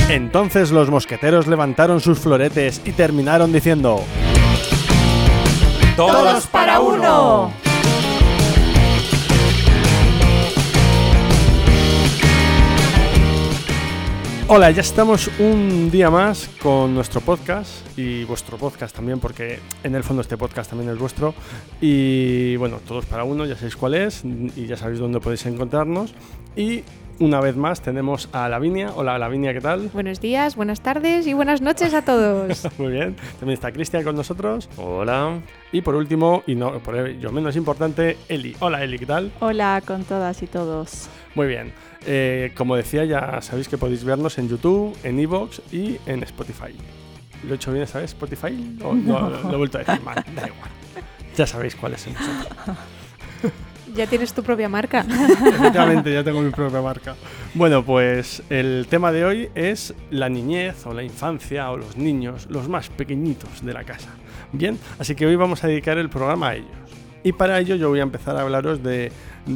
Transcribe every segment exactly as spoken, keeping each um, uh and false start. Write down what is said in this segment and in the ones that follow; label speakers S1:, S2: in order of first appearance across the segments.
S1: Entonces los mosqueteros levantaron sus floretes y terminaron diciendo:
S2: ¡Todos para uno!
S1: Hola, ya estamos un día más con nuestro podcast y vuestro podcast también, porque en el fondo este podcast también es vuestro. Y bueno, todos para uno, ya sabéis cuál es y ya sabéis dónde podéis encontrarnos. Y una vez más tenemos a Lavinia. Hola Lavinia, ¿qué tal?
S2: Buenos días, buenas tardes y buenas noches a todos.
S1: Muy bien. También está Cristian con nosotros.
S3: Hola.
S1: Y por último, y no por ello menos importante, Eli. Hola Eli, ¿qué tal?
S4: Hola con todas y todos.
S1: Muy bien. Eh, como decía, ya sabéis que podéis vernos en YouTube, en iVoox y en Spotify. ¿Lo he hecho bien esta vez? ¿Spotify? ¿O no, no, lo he vuelto a decir mal? Da igual. Ya sabéis cuál es el nosotros.
S2: Ya tienes tu propia marca.
S1: Efectivamente, ya tengo mi propia marca. Bueno, pues el tema de hoy es la niñez o la infancia o los niños, los más pequeñitos de la casa. Bien, así que hoy vamos a dedicar el programa a ellos. Y para ello yo voy a empezar a hablaros de,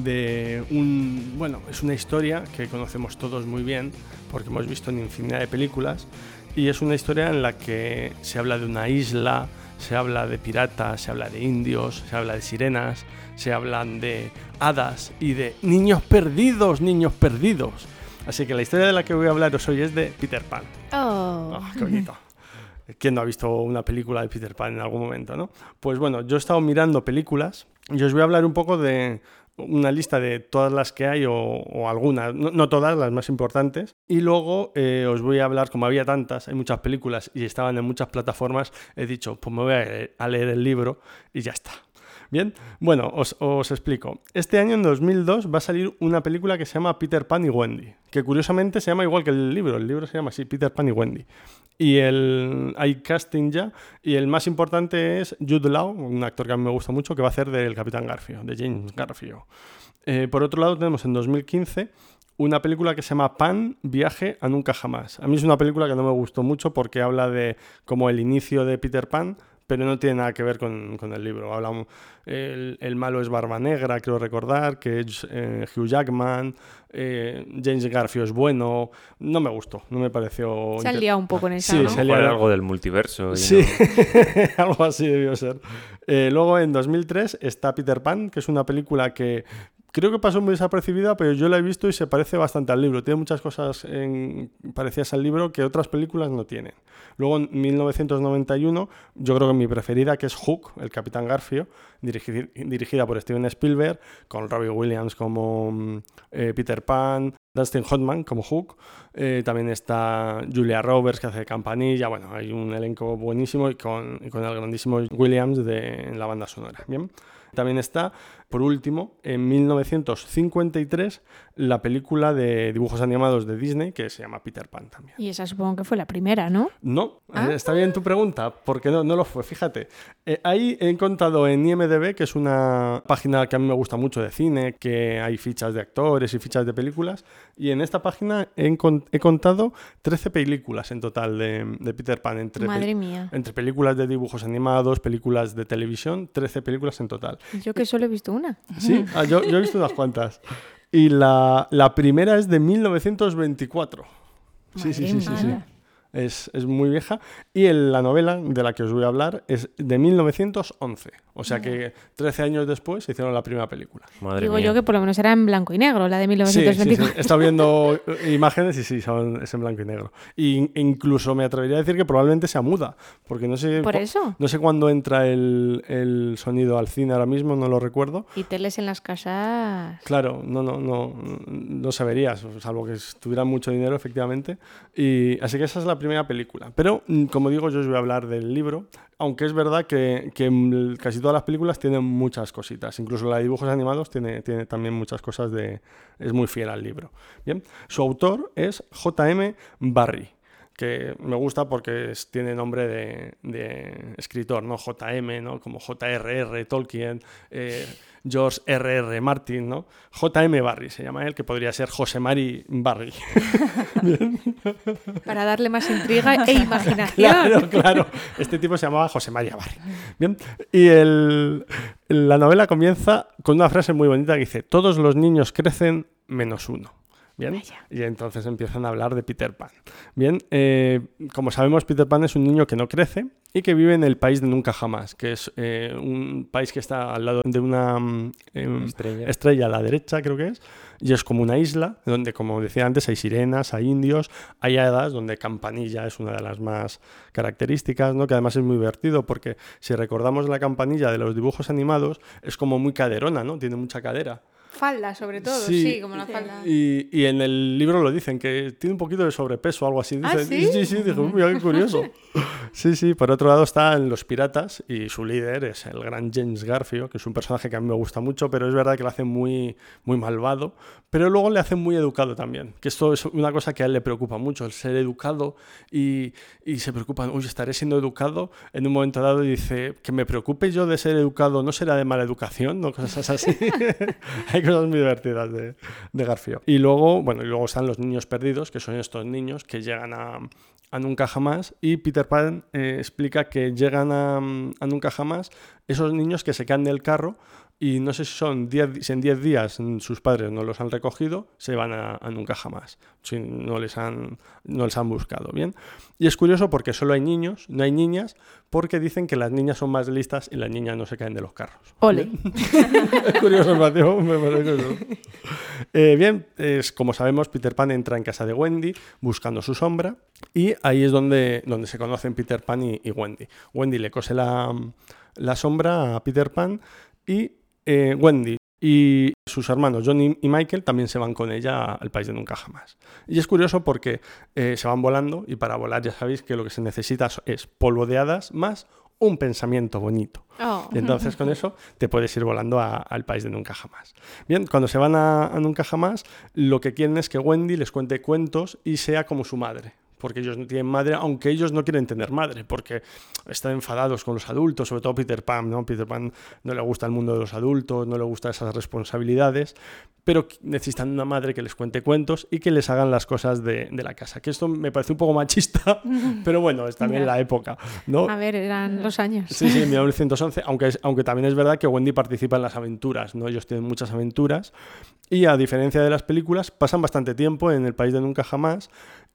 S1: de un... Bueno, es una historia que conocemos todos muy bien porque hemos visto en infinidad de películas, y es una historia en la que se habla de una isla, se habla de piratas, se habla de indios, se habla de sirenas, se hablan de hadas y de niños perdidos, niños perdidos. Así que la historia de la que voy a hablaros hoy es de Peter Pan.
S2: Oh,
S1: Oh, qué bonito. ¿Quién no ha visto una película de Peter Pan en algún momento, no? Pues bueno, yo he estado mirando películas y os voy a hablar un poco de una lista de todas las que hay, o, o algunas, no, no todas, las más importantes. Y luego eh, os voy a hablar, como había tantas, hay muchas películas y estaban en muchas plataformas, he dicho, pues me voy a leer, a leer el libro y ya está. Bien, bueno, os, os explico. Este año, en dos mil dos, va a salir una película que se llama Peter Pan y Wendy, que curiosamente se llama igual que el libro. El libro se llama así, Peter Pan y Wendy. Y el, hay casting ya, y el más importante es Jude Law, un actor que a mí me gusta mucho, que va a hacer del Capitán Garfio, de James Garfio. Eh, por otro lado, tenemos en dos mil quince una película que se llama Pan, Viaje a Nunca Jamás. A mí es una película que no me gustó mucho porque habla de como el inicio de Peter Pan, pero no tiene nada que ver con, con el libro. Habla, el, el malo es Barba Negra, creo recordar, que es eh, Hugh Jackman, eh, James Garfio es bueno. No me gustó, no me pareció...
S2: se han liado un poco en esa,
S1: sí,
S2: ¿no?
S1: se
S3: Igual algo del multiverso.
S1: Sí,
S3: No.
S1: algo así debió ser. Eh, luego, en dos mil tres, está Peter Pan, que es una película que creo que pasó muy desapercibida, pero yo la he visto y se parece bastante al libro. Tiene muchas cosas en, parecidas al libro que otras películas no tienen. Luego, en mil novecientos noventa y uno, yo creo que mi preferida, que es Hook, el Capitán Garfio, dirigi- dirigida por Steven Spielberg, con Robbie Williams como eh, Peter Pan, Dustin Hoffman como Hook, eh, también está Julia Roberts, que hace de Campanilla. Bueno, hay un elenco buenísimo y con, y con el grandísimo Williams de, en la banda sonora. Bien. También está, por último, en mil novecientos cincuenta y tres, la película de dibujos animados de Disney, que se llama Peter Pan también.
S2: Y esa supongo que fue la primera, ¿no?
S1: No,
S2: ¿Ah?
S1: eh, está bien tu pregunta, porque no, no lo fue, fíjate. Eh, ahí he encontrado en I M D B, que es una página que a mí me gusta mucho de cine, que hay fichas de actores y fichas de películas, y en esta página he, encont- he contado trece películas en total de, de Peter Pan. Entre
S2: Madre
S1: pe-
S2: mía.
S1: Entre películas de dibujos animados, películas de televisión, trece películas en total.
S2: Yo que solo he visto una.
S1: Sí, ah, yo, yo he visto unas cuantas. Y la, la primera es de mil novecientos veinticuatro. Sí, sí, sí, sí, sí. Es, es muy vieja. Y el, la novela de la que os voy a hablar es de mil novecientos once. O sea que trece años después se hicieron la primera película.
S3: Madre
S2: Digo
S3: mía.
S2: yo que por lo menos era en blanco y negro, la de mil novecientos veinticuatro.
S1: Sí, sí, sí. He estado viendo imágenes y sí, son, es en blanco y negro. Y incluso me atrevería a decir que probablemente sea muda, porque no sé,
S2: ¿Por eso?
S1: No sé cuándo entra el, el sonido al cine ahora mismo, no lo recuerdo.
S2: Y teles en las casas.
S1: Claro, no, no, no, no se vería, salvo que tuviera mucho dinero, efectivamente. Y así que esa es la primera película. Pero, como digo, yo os voy a hablar del libro, aunque es verdad que, que casi todas las películas tienen muchas cositas. Incluso la de dibujos animados tiene, tiene también muchas cosas de... es muy fiel al libro. Bien, su autor es J M Barrie, que me gusta porque es, tiene nombre de, de escritor, ¿no? J M, ¿no? Como J R R Tolkien, eh, George R R Martin, ¿no? J M Barrie se llama él, que podría ser José Mari Barrie.
S2: Para darle más intriga e imaginación.
S1: Claro, claro. Este tipo se llamaba José María Barrie. Bien. Y el, la novela comienza con una frase muy bonita que dice: todos los niños crecen menos uno. Bien,
S2: Vaya.
S1: y entonces empiezan a hablar de Peter Pan. Bien, eh, como sabemos, Peter Pan es un niño que no crece y que vive en el país de nunca jamás, que es eh, un país que está al lado de una mm, em,
S3: Estrella.
S1: estrella a la derecha, creo que es, y es como una isla donde, como decía antes, hay sirenas, hay indios, hay hadas, donde Campanilla es una de las más características, ¿no? Que además es muy divertido porque si recordamos la Campanilla de los dibujos animados, es como muy caderona, ¿no? Tiene mucha cadera.
S2: Falda, sobre todo,
S1: Sí.
S2: sí, como la falda.
S1: Y, y en el libro lo dicen, que tiene un poquito de sobrepeso o algo así.
S2: ¿Ah,
S1: Dicen,
S2: sí?
S1: sí, sí, dije, mira qué curioso. Sí, sí, por otro lado están los piratas y su líder es el gran James Garfio, que es un personaje que a mí me gusta mucho, pero es verdad que lo hacen muy, muy malvado, pero luego le hacen muy educado también, que esto es una cosa que a él le preocupa mucho, el ser educado y, y se preocupan, uy, estaré siendo educado en un momento dado y dice, que me preocupe yo de ser educado, ¿no será de mala educación? ¿No? Cosas así. Hay cosas muy divertidas de, de Garfio. Y luego, bueno, y luego están los niños perdidos, que son estos niños que llegan a... a Nunca Jamás, y Peter Pan eh, explica que llegan a, a Nunca Jamás esos niños que se caen del carro y no sé si son diez, si en diez días sus padres no los han recogido, se van a, a Nunca Jamás, si no les, han, no les han buscado, ¿bien? Y es curioso porque solo hay niños, no hay niñas, porque dicen que las niñas son más listas y las niñas no se caen de los carros.
S2: Ole.
S1: Es curioso, Mateo, me parece curioso. Eh, bien, es, como sabemos, Peter Pan entra en casa de Wendy buscando su sombra y ahí es donde, donde se conocen Peter Pan y, y Wendy. Wendy le cose la, la sombra a Peter Pan y eh, Wendy y sus hermanos John y Michael también se van con ella al país de Nunca Jamás. Y es curioso porque eh, se van volando y para volar ya sabéis que lo que se necesita es polvo de hadas más un pensamiento bonito.
S2: Oh.
S1: Y entonces con eso te puedes ir volando a, al país de Nunca Jamás. Bien, cuando se van a, a Nunca Jamás, lo que quieren es que Wendy les cuente cuentos y sea como su madre. Porque ellos no tienen madre, aunque ellos no quieren tener madre, porque están enfadados con los adultos, sobre todo Peter Pan, ¿no? Peter Pan no le gusta el mundo de los adultos, no le gustan esas responsabilidades, pero necesitan una madre que les cuente cuentos y que les hagan las cosas de, de la casa. Que esto me parece un poco machista, pero bueno, es también la época, ¿no?
S2: A ver, eran los años.
S1: Sí, sí, en mil novecientos once, aunque, es, aunque también es verdad que Wendy participa en las aventuras, ¿no? Ellos tienen muchas aventuras y a diferencia de las películas pasan bastante tiempo en el país de Nunca Jamás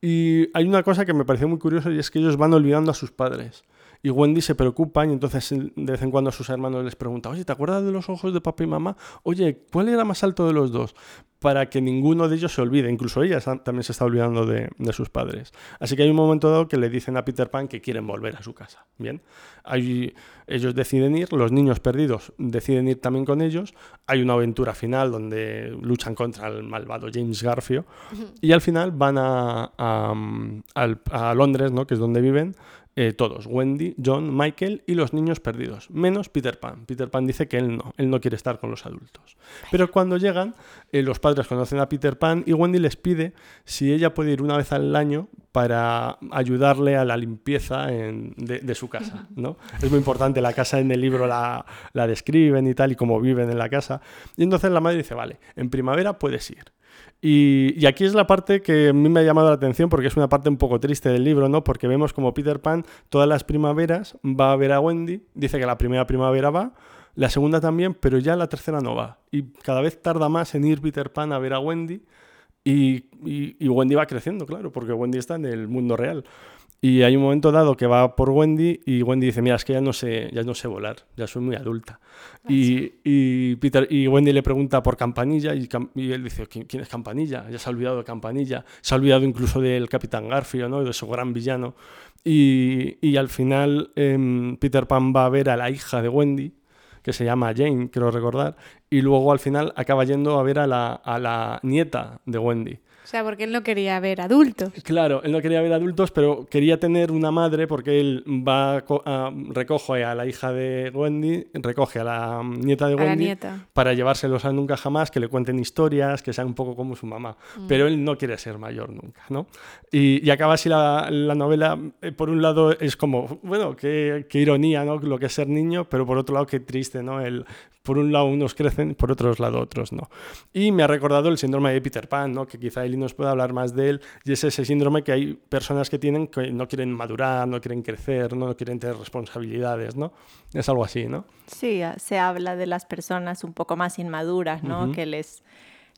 S1: y hay una cosa que me pareció muy curiosa y es que ellos van olvidando a sus padres. Y Wendy se preocupa y entonces de vez en cuando a sus hermanos les pregunta, oye, ¿te acuerdas de los ojos de papá y mamá? Oye, ¿cuál era más alto de los dos? Para que ninguno de ellos se olvide, incluso ella también se está olvidando de, de sus padres. Así que hay un momento dado que le dicen a Peter Pan que quieren volver a su casa. Bien, hay, ellos deciden ir, los niños perdidos deciden ir también con ellos. Hay una aventura final donde luchan contra el malvado James Garfio y al final van a, a, a, a Londres, ¿no? Que es donde viven. Eh, todos, Wendy, John, Michael y los niños perdidos, menos Peter Pan. Peter Pan dice que él no, él no quiere estar con los adultos. Pero cuando llegan, eh, los padres conocen a Peter Pan y Wendy les pide si ella puede ir una vez al año para ayudarle a la limpieza en, de, de su casa, ¿no? Es muy importante, la casa en el libro la, la describen y tal, y cómo viven en la casa. Y entonces la madre dice, vale, en primavera puedes ir. Y, y aquí es la parte que a mí me ha llamado la atención porque es una parte un poco triste del libro, ¿no? Porque vemos como Peter Pan todas las primaveras va a ver a Wendy, dice que la primera primavera va, la segunda también, pero ya la tercera no va. Y cada vez tarda más en ir Peter Pan a ver a Wendy y, y, y Wendy va creciendo, claro, porque Wendy está en el mundo real. Y hay un momento dado que va por Wendy y Wendy dice, mira, es que ya no sé, ya no sé volar, ya soy muy adulta. Y, y, Peter, y Wendy le pregunta por Campanilla y, y él dice, ¿quién, ¿quién es Campanilla? Ya se ha olvidado de Campanilla, se ha olvidado incluso del Capitán Garfio, ¿no? De su gran villano. Y, y al final eh, Peter Pan va a ver a la hija de Wendy, que se llama Jane, quiero recordar, y luego al final acaba yendo a ver a la, a la nieta de Wendy.
S2: O sea, porque él no quería ver adultos.
S1: Claro, él no quería ver adultos, pero quería tener una madre porque él va a, a, recoge a la hija de Wendy, recoge a la nieta de
S2: A
S1: Wendy
S2: la nieta.
S1: para llevárselos a Nunca Jamás, que le cuenten historias, que sean un poco como su mamá. Mm. Pero él no quiere ser mayor nunca, ¿no? Y, y acaba así la, la novela. Eh, por un lado es como, bueno, qué, qué ironía, ¿no? Lo que es ser niño, pero por otro lado qué triste, ¿no? El, por un lado unos crecen, por otro lado otros no. Y me ha recordado el síndrome de Peter Pan, ¿no? Que quizá Eli nos pueda hablar más de él, y es ese síndrome que hay personas que tienen que no quieren madurar, no quieren crecer, no quieren tener responsabilidades, ¿no? Es algo así, ¿no?
S4: Sí, se habla de las personas un poco más inmaduras, ¿no? Uh-huh. Que les,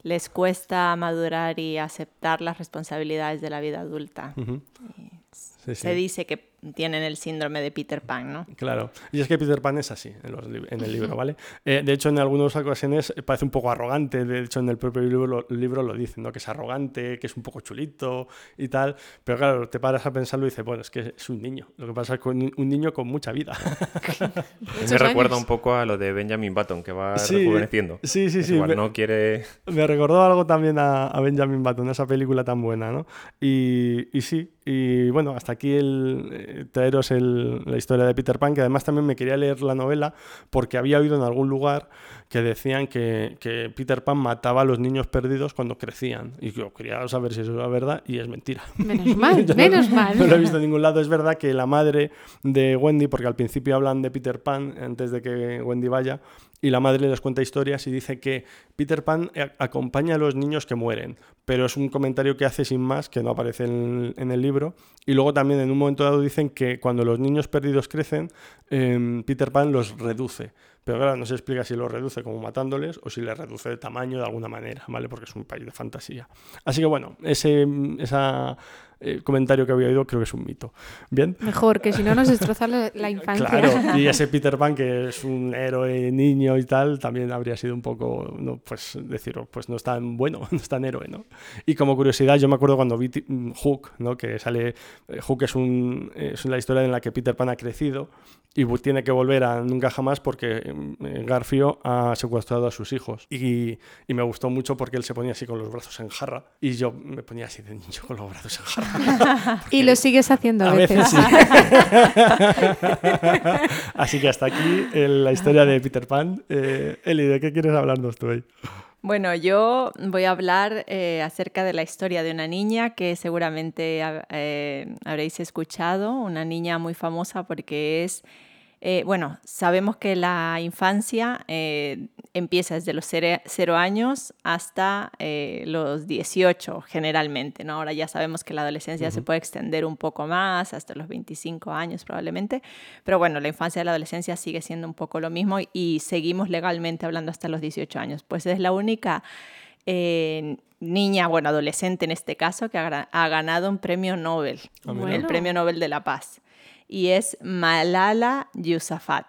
S4: les cuesta madurar y aceptar las responsabilidades de la vida adulta.
S1: Ujú. Sí, sí.
S4: Se dice que tienen el síndrome de Peter Pan, ¿no?
S1: Claro, y es que Peter Pan es así en, los lib- en el libro, ¿vale? Eh, de hecho, en algunas ocasiones parece un poco arrogante, de hecho en el propio libro, lo- libro lo dicen, ¿no? Que es arrogante, que es un poco chulito y tal, pero claro, te paras a pensarlo y dices, bueno, es que es un niño, lo que pasa es que un un niño con mucha vida.
S2: Muchos
S3: Me recuerda
S2: años.
S3: un poco a lo de Benjamin Button, que va
S1: Sí,
S3: rejuveneciendo.
S1: sí, sí,
S3: Es
S1: sí,
S3: igual,
S1: me-
S3: no quiere...
S1: Me recordó algo también a, a Benjamin Button, esa película tan buena, ¿no? Y, y sí, y bueno, hasta aquí el, eh, traeros el- la historia de Peter Pan, que además también me quería leer la novela porque había oído en algún lugar que decían que, que Peter Pan mataba a los niños perdidos cuando crecían. Y yo quería saber si eso era verdad y es mentira.
S2: Menos mal,
S1: Yo no-
S2: menos mal.
S1: No lo he visto en ningún lado. Es verdad que la madre de Wendy, porque al principio hablan de Peter Pan antes de que Wendy vaya, y la madre les cuenta historias y dice que Peter Pan a- acompaña a los niños que mueren, pero es un comentario que hace sin más, que no aparece en, en el libro. Y luego también en un momento dado dicen que cuando los niños perdidos crecen, eh, Peter Pan los reduce. Pero claro, no se explica si los reduce como matándoles o si les reduce de tamaño de alguna manera, ¿vale? Porque es un país de fantasía. Así que bueno, ese esa, eh, comentario que había oído creo que es un mito. Bien.
S2: Mejor, que si no nos destroza la, la infancia.
S1: Claro, y ese Peter Pan que es un héroe niño y tal, también habría sido un poco, no, pues decir, pues no es tan bueno, no es tan héroe, ¿no? Y como curiosidad, yo me acuerdo cuando vi ti- Hook, ¿no? Que sale, eh, Hook es, un, es la historia en la que Peter Pan ha crecido y bu- tiene que volver a Nunca Jamás porque eh, Garfio ha secuestrado a sus hijos. Y, y me gustó mucho porque él se ponía así con los brazos en jarra y yo me ponía así de niño con los brazos en jarra.
S2: Y lo sigues haciendo a,
S1: A
S2: veces.
S1: veces sí. Así que hasta aquí eh, la historia de Peter Pan. Eh, Eli, ¿de qué quieres hablarnos tú hoy?
S4: Bueno, yo voy a hablar eh, acerca de la historia de una niña que seguramente ha- eh, habréis escuchado, una niña muy famosa porque es, eh, bueno, sabemos que la infancia eh, empieza desde los cere- cero años hasta eh, los dieciocho generalmente, ¿no? Ahora ya sabemos que la adolescencia
S1: Ujú.
S4: se puede extender un poco más, hasta los veinticinco años probablemente, pero bueno, la infancia y la adolescencia sigue siendo un poco lo mismo y, y seguimos legalmente hablando hasta los dieciocho años. Pues es la única eh, niña, bueno, adolescente en este caso, que ha, gra- ha ganado un premio Nobel,
S1: Ah, mira.
S4: el
S2: Bueno.
S4: premio Nobel de la Paz, y es Malala Yousafzai.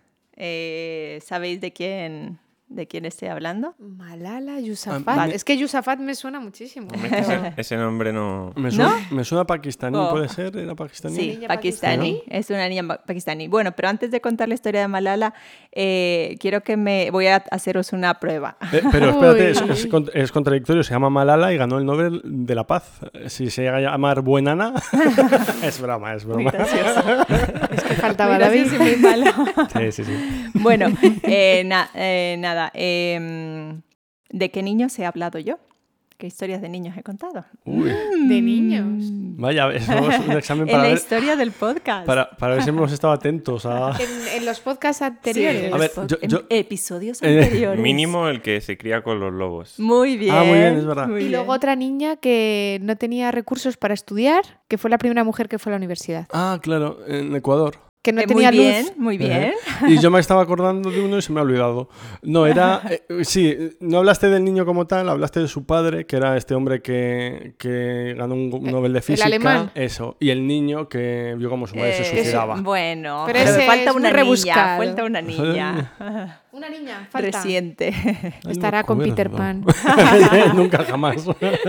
S4: Eh, ¿Sabéis de quién, de quién estoy hablando?
S2: Malala Yousafzai.
S1: Ah, me-
S2: Es que Yousafzai me suena muchísimo.
S3: Ese, ese nombre no...
S1: Me suena, me suena pakistaní,
S4: Oh.
S1: ¿puede ser? ¿Era pakistaní?
S4: Sí,
S2: niña
S4: pakistaní.
S2: pakistaní.
S4: Es una niña pa- pakistaní. Bueno, pero antes de contar la historia de Malala, eh, quiero que me... Voy a haceros una prueba.
S1: Eh, pero espérate, es,
S2: Uy.
S1: es con- es contradictorio. Se llama Malala y ganó el Nobel de la Paz. Si se llega a llamar Buenana, es broma, es
S4: Muy
S1: broma.
S4: gracioso.
S2: Es que faltaba
S4: Muy
S2: David.
S4: gracioso y muy malo.
S1: Sí, sí, sí.
S4: Bueno, eh, na- eh, nada. eh, ¿de qué niños he hablado yo? ¿Qué historias de niños he contado?
S1: Uy,
S2: De niños.
S1: vaya, eso es un examen
S4: En
S1: para
S4: la
S1: ver,
S4: historia del podcast.
S1: para, para ver si hemos estado atentos a...
S2: En, en los podcasts
S4: Sí,
S2: anteriores.
S4: en
S1: A ver,
S4: los pod-
S1: yo-
S4: en
S1: yo-
S4: episodios
S1: Eh,
S4: anteriores.
S3: Mínimo el que se cría con los lobos.
S4: Muy bien.
S1: Ah, muy bien, es verdad.
S4: muy
S2: Y
S4: bien.
S2: luego otra niña que no tenía recursos para estudiar, que fue la primera mujer que fue a la universidad.
S1: Ah, claro, en Ecuador.
S2: Que no
S4: Eh,
S2: tenía
S4: muy
S2: luz.
S4: bien, muy bien.
S1: Y yo me estaba acordando de uno y se me ha olvidado. No, era... eh, sí, no hablaste del niño como tal, hablaste de su padre, que era este hombre que, que ganó un Nobel de Física.
S2: alemán.
S1: Eso. Y el niño que vio cómo su madre se
S4: Eh,
S1: suicidaba.
S4: Bueno,
S2: Pero
S4: pero,
S2: ese
S4: falta
S2: es
S4: una
S2: muy
S4: niña,
S2: rebuscado.
S4: falta una niña.
S2: Una niña, falta.
S4: Reciente.
S1: Ay, no me
S2: Estará con
S1: acuerdo.
S2: Peter Pan.
S1: Nunca jamás.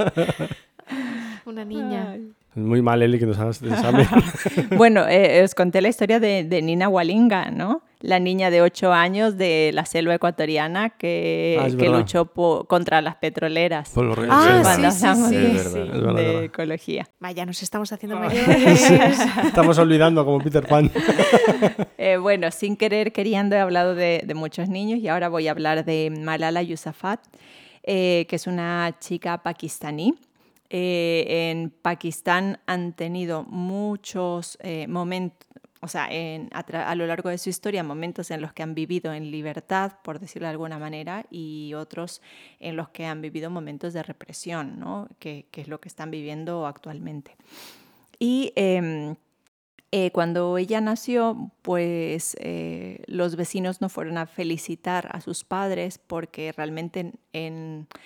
S2: Una niña.
S4: Ay.
S1: Muy mal, Eli, que nos hagas de examen.
S4: Bueno, eh, os conté la historia de, de Nina Walinga, ¿no? La niña de ocho años de la selva ecuatoriana que,
S1: Ah, es
S4: que
S1: verdad.
S4: luchó po- contra las petroleras.
S1: Por los
S2: Ah,
S1: reyes.
S4: Cuando
S2: sí, sí,
S4: hablamos
S2: sí,
S4: de,
S3: Es verdad.
S2: sí.
S1: Es verdad, es
S4: de
S1: verdad.
S4: ecología.
S2: Vaya, nos estamos haciendo
S1: Ah.
S2: mayores.
S1: Estamos olvidando como Peter Pan.
S4: Eh, bueno, sin querer, queriendo, he hablado de, de muchos niños y ahora voy a hablar de Malala Yousafzai, eh, que es una chica pakistaní. Eh, en Pakistán han tenido muchos eh, momentos, o sea, en, a, tra- a lo largo de su historia, momentos en los que han vivido en libertad, por decirlo de alguna manera, y otros en los que han vivido momentos de represión, ¿no? que, que es lo que están viviendo actualmente. Y eh, eh, cuando ella nació, pues eh, los vecinos no fueron a felicitar a sus padres porque realmente en, en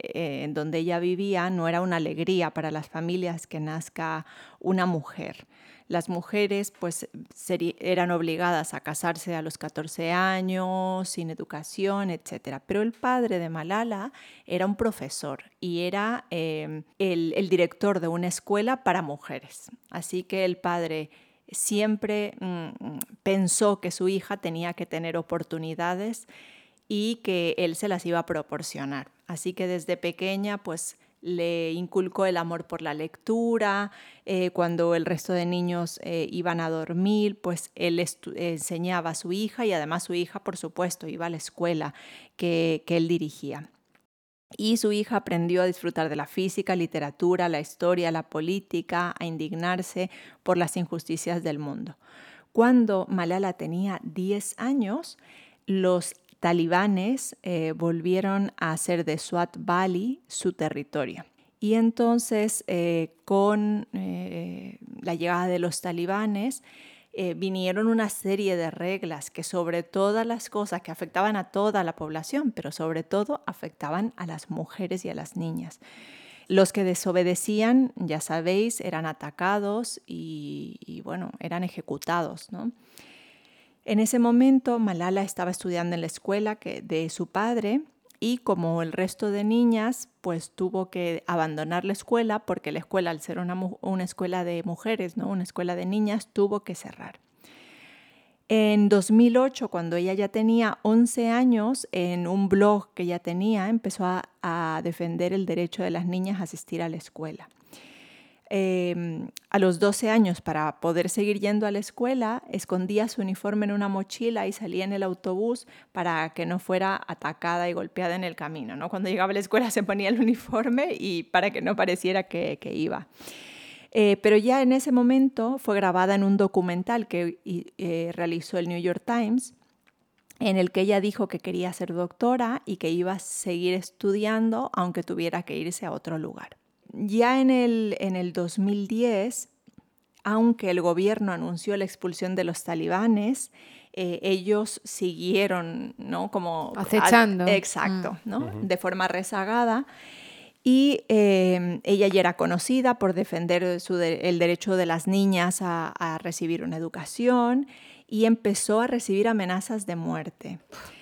S4: eh, en donde ella vivía no era una alegría para las familias que nazca una mujer. Las mujeres pues seri- eran obligadas a casarse a los catorce años, sin educación, etcétera. Pero el padre de Malala era un profesor y era eh, el, el director de una escuela para mujeres. Así que el padre siempre mm, pensó que su hija tenía que tener oportunidades y que él se las iba a proporcionar. Así que desde pequeña pues le inculcó el amor por la lectura. Eh, cuando el resto de niños eh, iban a dormir, pues él estu- enseñaba a su hija y además su hija, por supuesto, iba a la escuela que, que él dirigía. Y su hija aprendió a disfrutar de la física, literatura, la historia, la política, a indignarse por las injusticias del mundo. Cuando Malala tenía diez años, los talibanes eh, volvieron a hacer de Swat Valley su territorio. Y entonces, eh, con eh, la llegada de los talibanes, eh, vinieron una serie de reglas que sobre todas las cosas que afectaban a toda la población, pero sobre todo afectaban a las mujeres y a las niñas. Los que desobedecían, ya sabéis, eran atacados y, y bueno, eran ejecutados, ¿no? En ese momento, Malala estaba estudiando en la escuela que, de su padre y como el resto de niñas, pues tuvo que abandonar la escuela porque la escuela, al ser una, una escuela de mujeres, ¿no? Una escuela de niñas, tuvo que cerrar. En dos mil ocho, cuando ella ya tenía once años, en un blog que ella tenía, empezó a, a defender el derecho de las niñas a asistir a la escuela. Eh, a los doce años, para poder seguir yendo a la escuela, escondía su uniforme en una mochila y salía en el autobús para que no fuera atacada y golpeada en el camino, ¿no? Cuando llegaba a la escuela se ponía el uniforme y para que no pareciera que, que iba. Eh, pero ya en ese momento fue grabada en un documental que eh, realizó el New York Times, en el que ella dijo que quería ser doctora y que iba a seguir estudiando aunque tuviera que irse a otro lugar. Ya en el, en el dos mil diez, aunque el gobierno anunció la expulsión de los talibanes, eh, ellos siguieron, ¿no? Como
S2: acechando.
S4: A, exacto, ¿no? Uh-huh. De forma rezagada. Y eh, ella ya era conocida por defender su de, el derecho de las niñas a, a recibir una educación y empezó a recibir amenazas de muerte.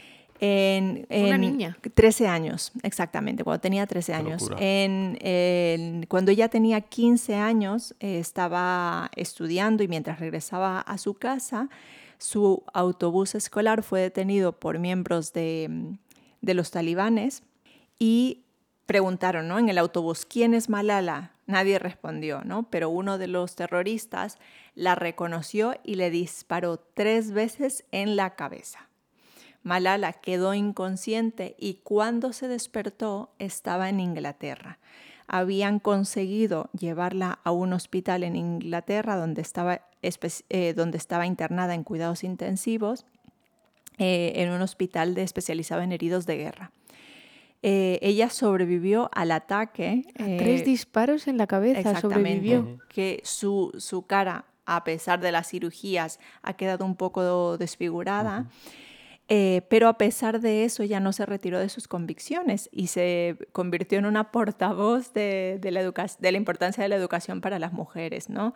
S4: En, en
S2: una niña.
S4: trece años, exactamente, cuando tenía trece años. En, en, cuando ella tenía quince años, eh, estaba estudiando y mientras regresaba a su casa, su autobús escolar fue detenido por miembros de, de los talibanes y preguntaron, ¿no? En el autobús, ¿quién es Malala? Nadie respondió, ¿no? Pero uno de los terroristas la reconoció y le disparó tres veces en la cabeza. Malala quedó inconsciente y cuando se despertó estaba en Inglaterra. Habían conseguido llevarla a un hospital en Inglaterra donde estaba, eh, donde estaba internada en cuidados intensivos, eh, en un hospital de, especializado en heridos de guerra. Eh, ella sobrevivió al ataque.
S2: A eh, tres disparos en la cabeza sobrevivió.
S4: Uh-huh. Que su, su cara, a pesar de las cirugías, ha quedado un poco desfigurada. Uh-huh. Eh, pero a pesar de eso, ella no se retiró de sus convicciones y se convirtió en una portavoz de, de, la, educa- de la importancia de la educación para las mujeres, ¿no?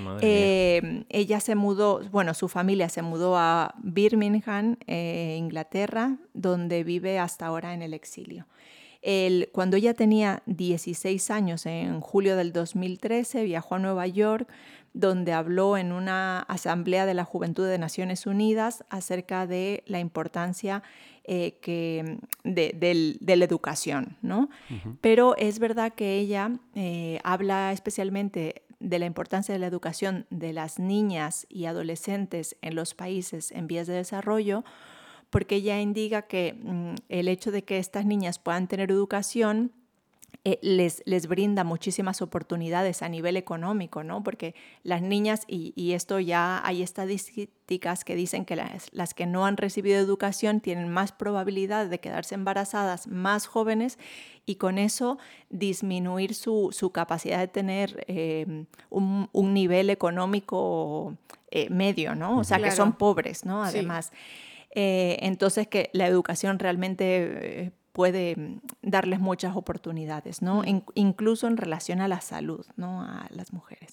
S4: Eh, ella se mudó, bueno, su familia se mudó a Birmingham, eh, Inglaterra, donde vive hasta ahora en el exilio. El, cuando ella tenía dieciséis años, en julio del dos mil trece, viajó a Nueva York, donde habló en una asamblea de la Juventud de Naciones Unidas acerca de la importancia eh, que, de, de, de la educación, ¿no? Uh-huh. Pero es verdad que ella eh, habla especialmente de la importancia de la educación de las niñas y adolescentes en los países en vías de desarrollo, porque ella indica que mm, el hecho de que estas niñas puedan tener educación eh, les, les brinda muchísimas oportunidades a nivel económico, ¿no? Porque las niñas, y, y esto ya hay estadísticas que dicen que las, las que no han recibido educación tienen más probabilidad de quedarse embarazadas más jóvenes y con eso disminuir su, su capacidad de tener eh, un, un nivel económico eh, medio, ¿no? O sea, claro. Que son pobres, ¿no? Además. Sí. Eh, entonces, que la educación realmente eh, puede mm, darles muchas oportunidades, ¿no? In- incluso en relación a la salud, ¿no? A las mujeres.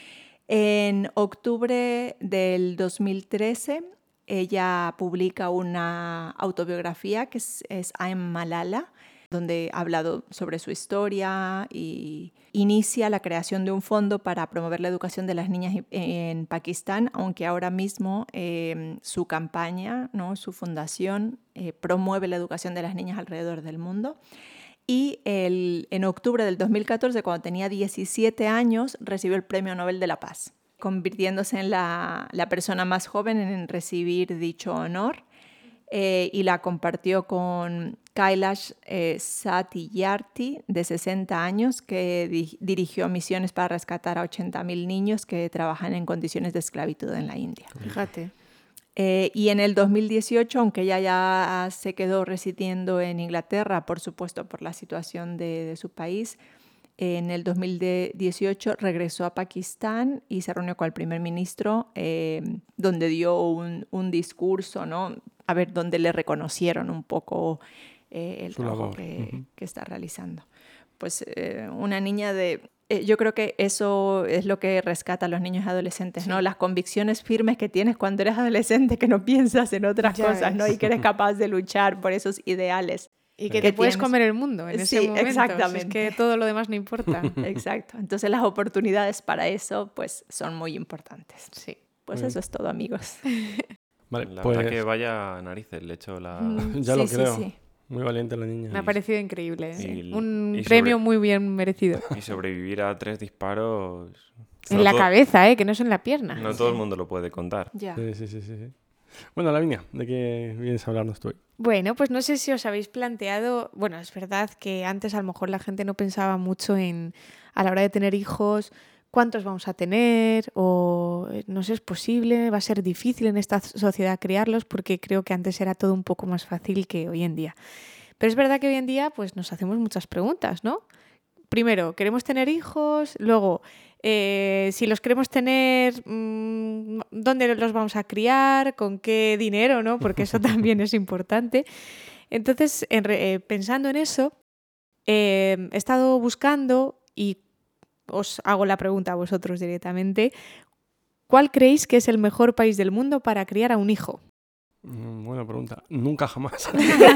S4: En octubre del dos mil trece, ella publica una autobiografía que es, es I'm Malala, donde ha hablado sobre su historia y inicia la creación de un fondo para promover la educación de las niñas en Pakistán, aunque ahora mismo eh, su campaña, ¿no? Su fundación eh, promueve la educación de las niñas alrededor del mundo. Y el, en octubre del dos mil catorce, cuando tenía diecisiete años, recibió el Premio Nobel de la Paz, convirtiéndose en la, la persona más joven en recibir dicho honor. Eh, y la compartió con Kailash eh, Satyarthi, de sesenta años, que di- dirigió misiones para rescatar a ochenta mil niños que trabajan en condiciones de esclavitud en la India.
S2: Fíjate.
S4: Eh, y en el dos mil dieciocho, aunque ella ya se quedó residiendo en Inglaterra, por supuesto por la situación de, de su país, en el dos mil dieciocho regresó a Pakistán y se reunió con el primer ministro, eh, donde dio un, un discurso, ¿no? A ver, donde le reconocieron un poco eh, el
S1: Su
S4: trabajo
S1: labor.
S4: que,
S1: Ujú.
S4: que está realizando. Pues eh, una niña de... eh, yo creo que eso es lo que rescata a los niños y adolescentes,
S2: Sí.
S4: ¿no? Las convicciones firmes que tienes cuando eres adolescente, que no piensas en otras
S2: Ya
S4: cosas, ¿no?
S2: ves.
S4: Y que eres capaz de luchar por esos ideales.
S2: Y que
S4: que
S2: te puedes
S4: tienes.
S2: comer el mundo en ese
S4: Sí,
S2: momento. Si
S4: exactamente.
S2: es que todo lo demás no importa.
S4: Exacto. Entonces las oportunidades para eso pues son muy importantes.
S2: Sí.
S4: Pues
S1: Muy
S4: eso es todo, amigos.
S1: Vale,
S3: La
S1: pues
S3: verdad que vaya narices, le echo la...
S4: Mm,
S1: ya
S4: sí,
S1: lo
S4: sí,
S1: creo.
S4: sí.
S1: Muy valiente la niña.
S2: Me ha parecido increíble. ¿eh?
S3: Y-
S2: Un
S3: y
S2: premio
S3: sobre-
S2: muy bien merecido.
S3: Y sobrevivir a tres disparos...
S2: En
S3: no
S2: la
S3: to-
S2: cabeza, ¿eh? Que no es en la pierna.
S3: No todo el mundo lo puede contar.
S4: Ya.
S1: Sí, sí, sí, sí, sí. Bueno, Lavinia, ¿de qué vienes a hablarnos tú hoy?
S2: Bueno, pues no sé si os habéis planteado, bueno, es verdad que antes a lo mejor la gente no pensaba mucho en, a la hora de tener hijos, cuántos vamos a tener o eh, no sé, es posible, va a ser difícil en esta sociedad criarlos porque creo que antes era todo un poco más fácil que hoy en día. Pero es verdad que hoy en día pues nos hacemos muchas preguntas, ¿no? Primero, ¿queremos tener hijos? Luego, eh, si los queremos tener, mmm, ¿dónde los vamos a criar? ¿Con qué dinero? ¿No? Porque eso también es importante. Entonces, en re- eh, pensando en eso, eh, he estado buscando y os hago la pregunta a vosotros directamente. ¿Cuál creéis que es el mejor país del mundo para criar a un hijo?
S1: Mm, Buena pregunta. Nunca jamás.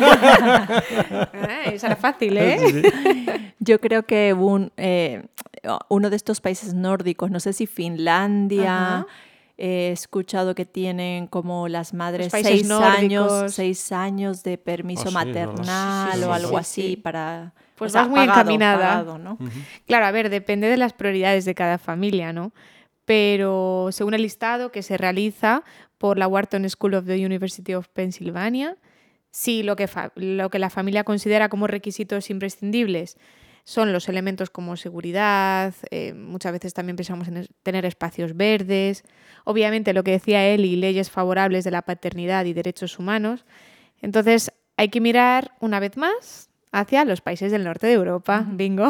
S2: Ah, esa era fácil, ¿eh?
S1: Sí, sí.
S4: Yo creo que un, eh, uno de estos países nórdicos, no sé si Finlandia,
S2: Ajá.
S4: he escuchado que tienen como las madres
S2: Los países
S4: seis años,
S2: nórdicos.
S4: seis años de permiso
S1: Ah, sí, ¿verdad?
S4: maternal
S2: Sí, sí,
S4: o
S2: sí,
S4: algo
S2: sí,
S4: así
S2: sí.
S4: para...
S2: Pues
S4: o sea,
S2: vas muy
S4: pagado,
S2: encaminada.
S4: pagado, ¿no?
S1: Ujú.
S2: Claro, a ver, depende de las prioridades de cada familia, ¿no? Pero según el listado que se realiza por la Wharton School of the University of Pennsylvania, si lo que, fa- lo que la familia considera como requisitos imprescindibles son los elementos como seguridad, eh, muchas veces también pensamos en es- tener espacios verdes, obviamente lo que decía él y leyes favorables de la paternidad y derechos humanos, entonces hay que mirar una vez más hacia los países del norte de Europa,
S4: Ujú.
S2: bingo,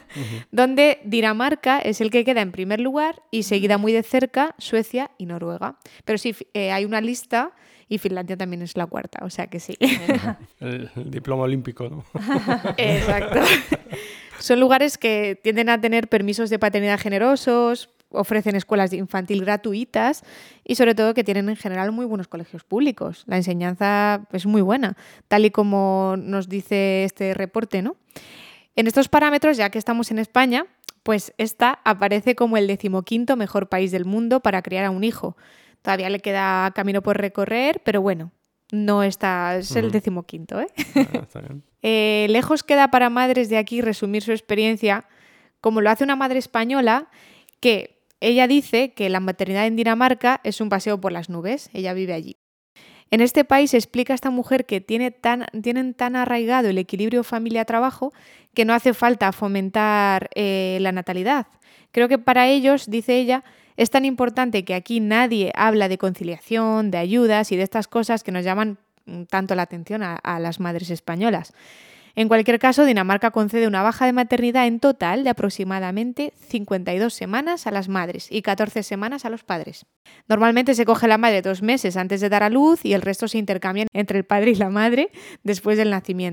S2: donde Dinamarca es el que queda en primer lugar y seguida muy de cerca Suecia y Noruega. Pero sí, fi- eh, hay una lista y Finlandia también es la cuarta, o sea que sí.
S1: El, el diploma olímpico, ¿no?
S2: Exacto. Son lugares que tienden a tener permisos de paternidad generosos, ofrecen escuelas de infantil gratuitas y sobre todo que tienen en general muy buenos colegios públicos. La enseñanza es muy buena, tal y como nos dice este reporte, ¿no? En estos parámetros, ya que estamos en España, pues esta aparece como el decimoquinto mejor país del mundo para criar a un hijo. Todavía le queda camino por recorrer, pero bueno, no está, es el
S1: Ujú.
S2: decimoquinto, ¿eh?
S1: Ah, está bien.
S2: Eh, lejos queda para madres de aquí resumir su experiencia, como lo hace una madre española, que ella dice que la maternidad en Dinamarca es un paseo por las nubes, ella vive allí. En este país explica esta mujer que tiene tan, tienen tan arraigado el equilibrio familia-trabajo que no hace falta fomentar eh, la natalidad. Creo que para ellos, dice ella, es tan importante que aquí nadie habla de conciliación, de ayudas y de estas cosas que nos llaman mm, tanto la atención a, a las madres españolas. En cualquier caso, Dinamarca concede una baja de maternidad en total de aproximadamente cincuenta y dos semanas a las madres y catorce semanas a los padres. Normalmente se coge la madre dos meses antes de dar a luz y el resto se intercambian entre el padre y la madre después del nacimiento.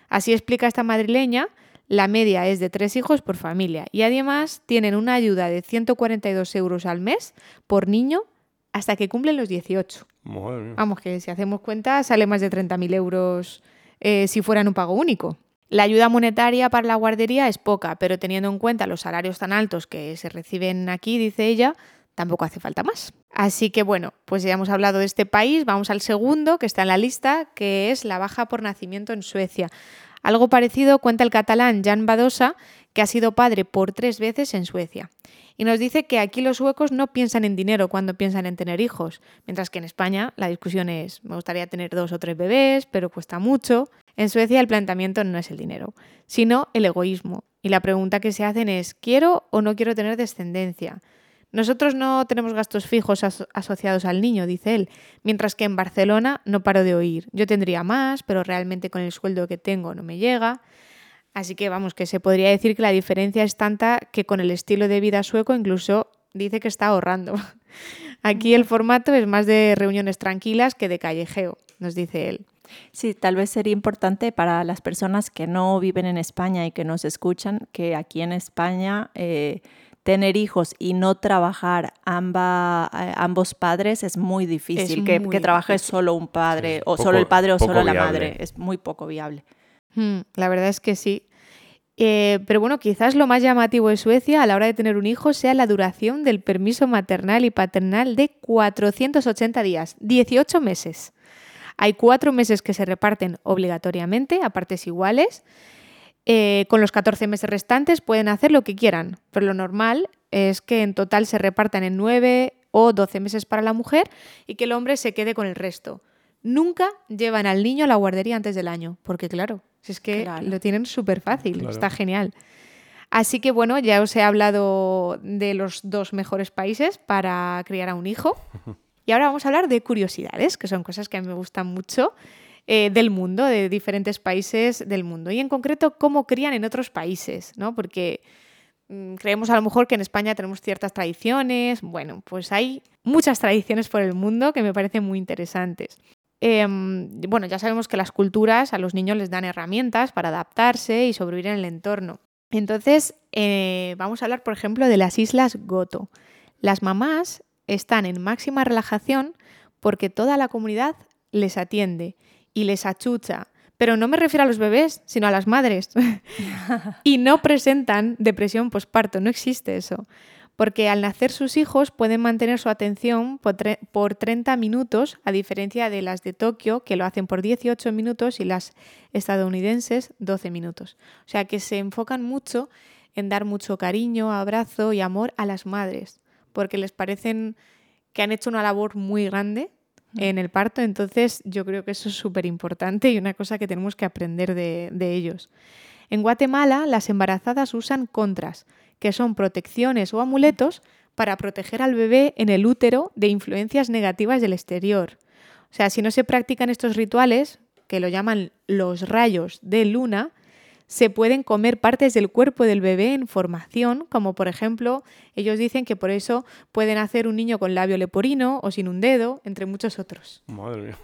S2: Así explica esta madrileña, la media es de tres hijos por familia y además tienen una ayuda de ciento cuarenta y dos euros al mes por niño hasta que cumplen los dieciocho.
S1: Madre mía.
S2: Vamos, que si hacemos cuenta sale más de treinta mil euros eh, si fueran un pago único. La ayuda monetaria para la guardería es poca, pero teniendo en cuenta los salarios tan altos que se reciben aquí, dice ella, tampoco hace falta más. Así que bueno, pues ya hemos hablado de este país, vamos al segundo que está en la lista, que es la baja por nacimiento en Suecia. Algo parecido cuenta el catalán Jan Badosa, que ha sido padre por tres veces en Suecia. Y nos dice que aquí los suecos no piensan en dinero cuando piensan en tener hijos, mientras que en España la discusión es, me gustaría tener dos o tres bebés, pero cuesta mucho. En Suecia el planteamiento no es el dinero, sino el egoísmo. Y la pregunta que se hacen es, ¿quiero o no quiero tener descendencia? Nosotros no tenemos gastos fijos aso- asociados al niño, dice él, mientras que en Barcelona no paro de oír. Yo tendría más, pero realmente con el sueldo que tengo no me llega. Así que vamos, que se podría decir que la diferencia es tanta que con el estilo de vida sueco incluso dice que está ahorrando. Aquí el formato es más de reuniones tranquilas que de callejeo, nos dice él.
S4: Sí, tal vez sería importante para las personas que no viven en España y que nos escuchan, que aquí en España eh, tener hijos y no trabajar amba, eh, ambos padres es muy difícil.
S2: Es
S4: que,
S2: muy
S4: que trabaje
S2: difícil.
S4: solo un padre
S3: Sí,
S4: o
S3: poco-
S4: solo el padre o
S3: poco
S4: solo la
S3: viable.
S4: madre. Es muy poco viable.
S2: Hmm, la verdad es que sí. Eh, pero bueno, quizás lo más llamativo de Suecia a la hora de tener un hijo sea la duración del permiso maternal y paternal de cuatrocientos ochenta días, dieciocho meses. Hay cuatro meses que se reparten obligatoriamente a partes iguales. Eh, con los catorce meses restantes pueden hacer lo que quieran, pero lo normal es que en total se repartan en nueve o doce meses para la mujer y que el hombre se quede con el resto. Nunca llevan al niño a la guardería antes del año, porque claro, si es que
S4: Claro.
S2: lo tienen súper fácil,
S1: Claro.
S2: está genial. Así que bueno, ya os he hablado de los dos mejores países para criar a un hijo. Y ahora vamos a hablar de curiosidades, que son cosas que a mí me gustan mucho, eh, del mundo, de diferentes países del mundo. Y en concreto, cómo crían en otros países, ¿no? Porque mm, creemos a lo mejor que en España tenemos ciertas tradiciones. Bueno, pues hay muchas tradiciones por el mundo que me parecen muy interesantes. Eh, bueno, ya sabemos que las culturas a los niños les dan herramientas para adaptarse y sobrevivir en el entorno. Entonces, eh, vamos a hablar, por ejemplo, de las Islas Goto. Las mamás están en máxima relajación porque toda la comunidad les atiende y les achucha. Pero no me refiero a los bebés, sino a las madres. Y no presentan depresión posparto, no existe eso. Porque al nacer sus hijos pueden mantener su atención por, tre- por treinta minutos, a diferencia de las de Tokio, que lo hacen por dieciocho minutos, y las estadounidenses doce minutos. O sea que se enfocan mucho en dar mucho cariño, abrazo y amor a las madres, porque les parecen que han hecho una labor muy grande en el parto. Entonces yo creo que eso es súper importante y una cosa que tenemos que aprender de, de ellos. En Guatemala, las embarazadas usan contras, que son protecciones o amuletos para proteger al bebé en el útero de influencias negativas del exterior. O sea, si no se practican estos rituales, que lo llaman los rayos de luna, se pueden comer partes del cuerpo del bebé en formación, como por ejemplo, ellos dicen que por eso pueden hacer un niño con labio leporino o sin un dedo, entre muchos otros.
S1: Madre mía.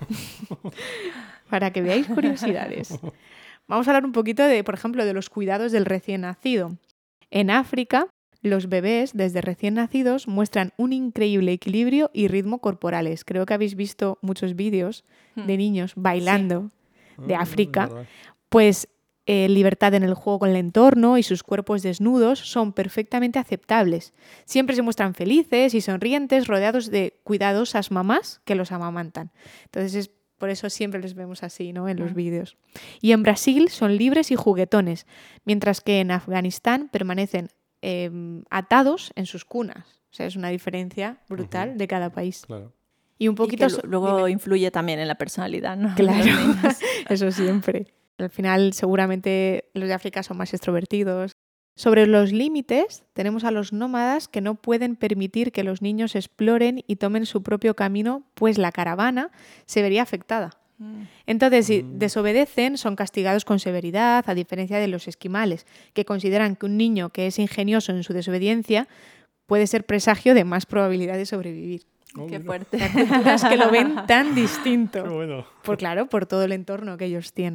S2: Para que veáis curiosidades. Vamos a hablar un poquito de, por ejemplo, de los cuidados del recién nacido. En África, los bebés desde recién nacidos muestran un increíble equilibrio y ritmo corporales. Creo que habéis visto muchos vídeos de niños bailando de
S1: Ah,
S2: África.
S1: verdad.
S2: Pues eh, libertad en el juego con el entorno y sus cuerpos desnudos son perfectamente aceptables. Siempre se muestran felices y sonrientes, rodeados de cuidadosas mamás que los amamantan. Entonces es por eso siempre les vemos así, ¿no?, en los
S4: Ah.
S2: vídeos. Y en Brasil son libres y juguetones, mientras que en Afganistán permanecen eh, atados en sus cunas. O sea, es una diferencia brutal
S1: Ujú.
S2: de cada país.
S1: Claro.
S2: Y un
S4: Y
S2: poquito...
S4: que
S2: so-
S4: luego
S2: dime.
S4: influye también en la personalidad, ¿no? de
S2: Claro,
S4: los niños.
S2: eso siempre. Al final, seguramente los de África son más extrovertidos. Sobre los límites, tenemos a los nómadas que no pueden permitir que los niños exploren y tomen su propio camino, pues la caravana se vería afectada.
S4: Mm.
S2: Entonces, si
S1: Mm.
S2: desobedecen, son castigados con severidad, a diferencia de los esquimales, que consideran que un niño que es ingenioso en su desobediencia puede ser presagio de más probabilidad de sobrevivir.
S1: Oh,
S4: Qué
S1: mira.
S4: fuerte.
S2: Culturas que lo ven tan
S1: Qué
S2: distinto.
S1: bueno.
S2: Pues claro, por todo el entorno que ellos tienen.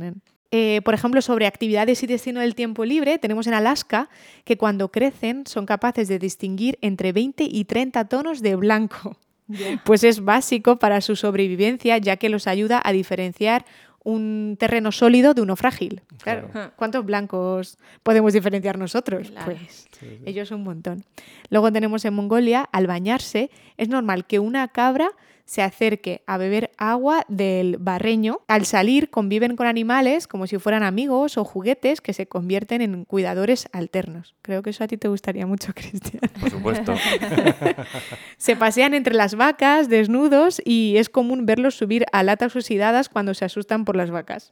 S2: Eh, por ejemplo, sobre actividades y destino del tiempo libre, tenemos en Alaska que cuando crecen son capaces de distinguir entre veinte y treinta tonos de blanco.
S4: Ya.
S2: Pues es básico para su sobrevivencia, ya que los ayuda a diferenciar un terreno sólido de uno frágil. Claro,
S4: Claro.
S2: ¿cuántos blancos podemos diferenciar nosotros?
S4: Claro.
S2: Pues ellos un montón. Luego tenemos en Mongolia, al bañarse, es normal que una cabra se acerque a beber agua del barreño. Al salir conviven con animales como si fueran amigos o juguetes que se convierten en cuidadores alternos. Creo que eso a ti te gustaría mucho, Cristian.
S3: Por supuesto.
S2: Se pasean entre las vacas desnudos y es común verlos subir a latas oxidadas cuando se asustan por las vacas.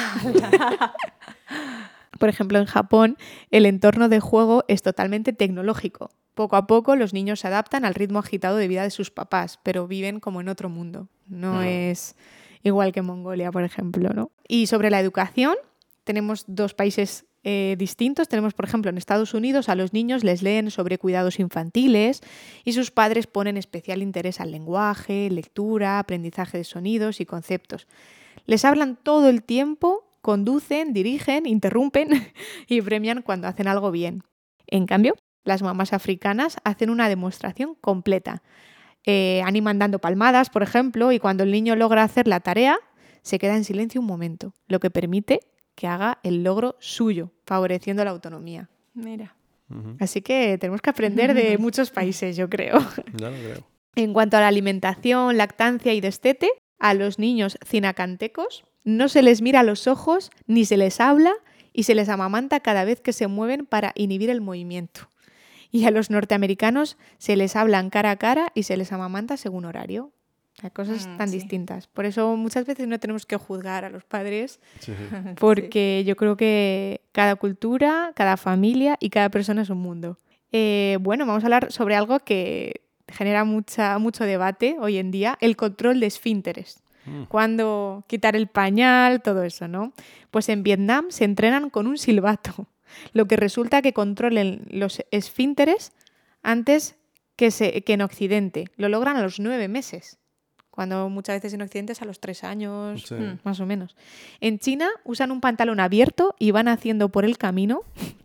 S2: Por ejemplo, en Japón, el entorno de juego es totalmente tecnológico. Poco a poco los niños se adaptan al ritmo agitado de vida de sus papás, pero viven como en otro mundo. No
S3: Claro.
S2: es igual que Mongolia, por ejemplo, ¿no? Y sobre la educación, tenemos dos países eh, distintos. Tenemos, por ejemplo, en Estados Unidos a los niños les leen sobre cuidados infantiles y sus padres ponen especial interés al lenguaje, lectura, aprendizaje de sonidos y conceptos. Les hablan todo el tiempo, conducen, dirigen, interrumpen y premian cuando hacen algo bien. En cambio, las mamás africanas hacen una demostración completa. Eh, animan dando palmadas, por ejemplo, y cuando el niño logra hacer la tarea, se queda en silencio un momento, lo que permite que haga el logro suyo, favoreciendo la autonomía.
S4: Mira.
S1: Ujú.
S2: Así que tenemos que aprender de muchos países, yo creo.
S1: Ya lo creo.
S2: En cuanto a la alimentación, lactancia y destete, a los niños cinacantecos no se les mira a los ojos ni se les habla y se les amamanta cada vez que se mueven para inhibir el movimiento. Y a los norteamericanos se les hablan cara a cara y se les amamanta según horario. Hay cosas
S4: Mm,
S2: tan
S4: sí.
S2: distintas. Por eso muchas veces no tenemos que juzgar a los padres,
S1: Sí, sí.
S2: porque yo creo que cada cultura, cada familia y cada persona es un mundo. Eh, bueno, vamos a hablar sobre algo que genera mucha, mucho debate hoy en día, el control de esfínteres.
S1: Mm.
S2: Cuándo quitar el pañal, todo eso, ¿no? Pues en Vietnam se entrenan con un silbato, lo que resulta que controlen los esfínteres antes que, se, que en Occidente. Lo logran a los nueve meses, cuando muchas veces en Occidente es a los tres años,
S1: Sí.
S2: mm, más o menos. En China usan un pantalón abierto y van haciendo por el camino.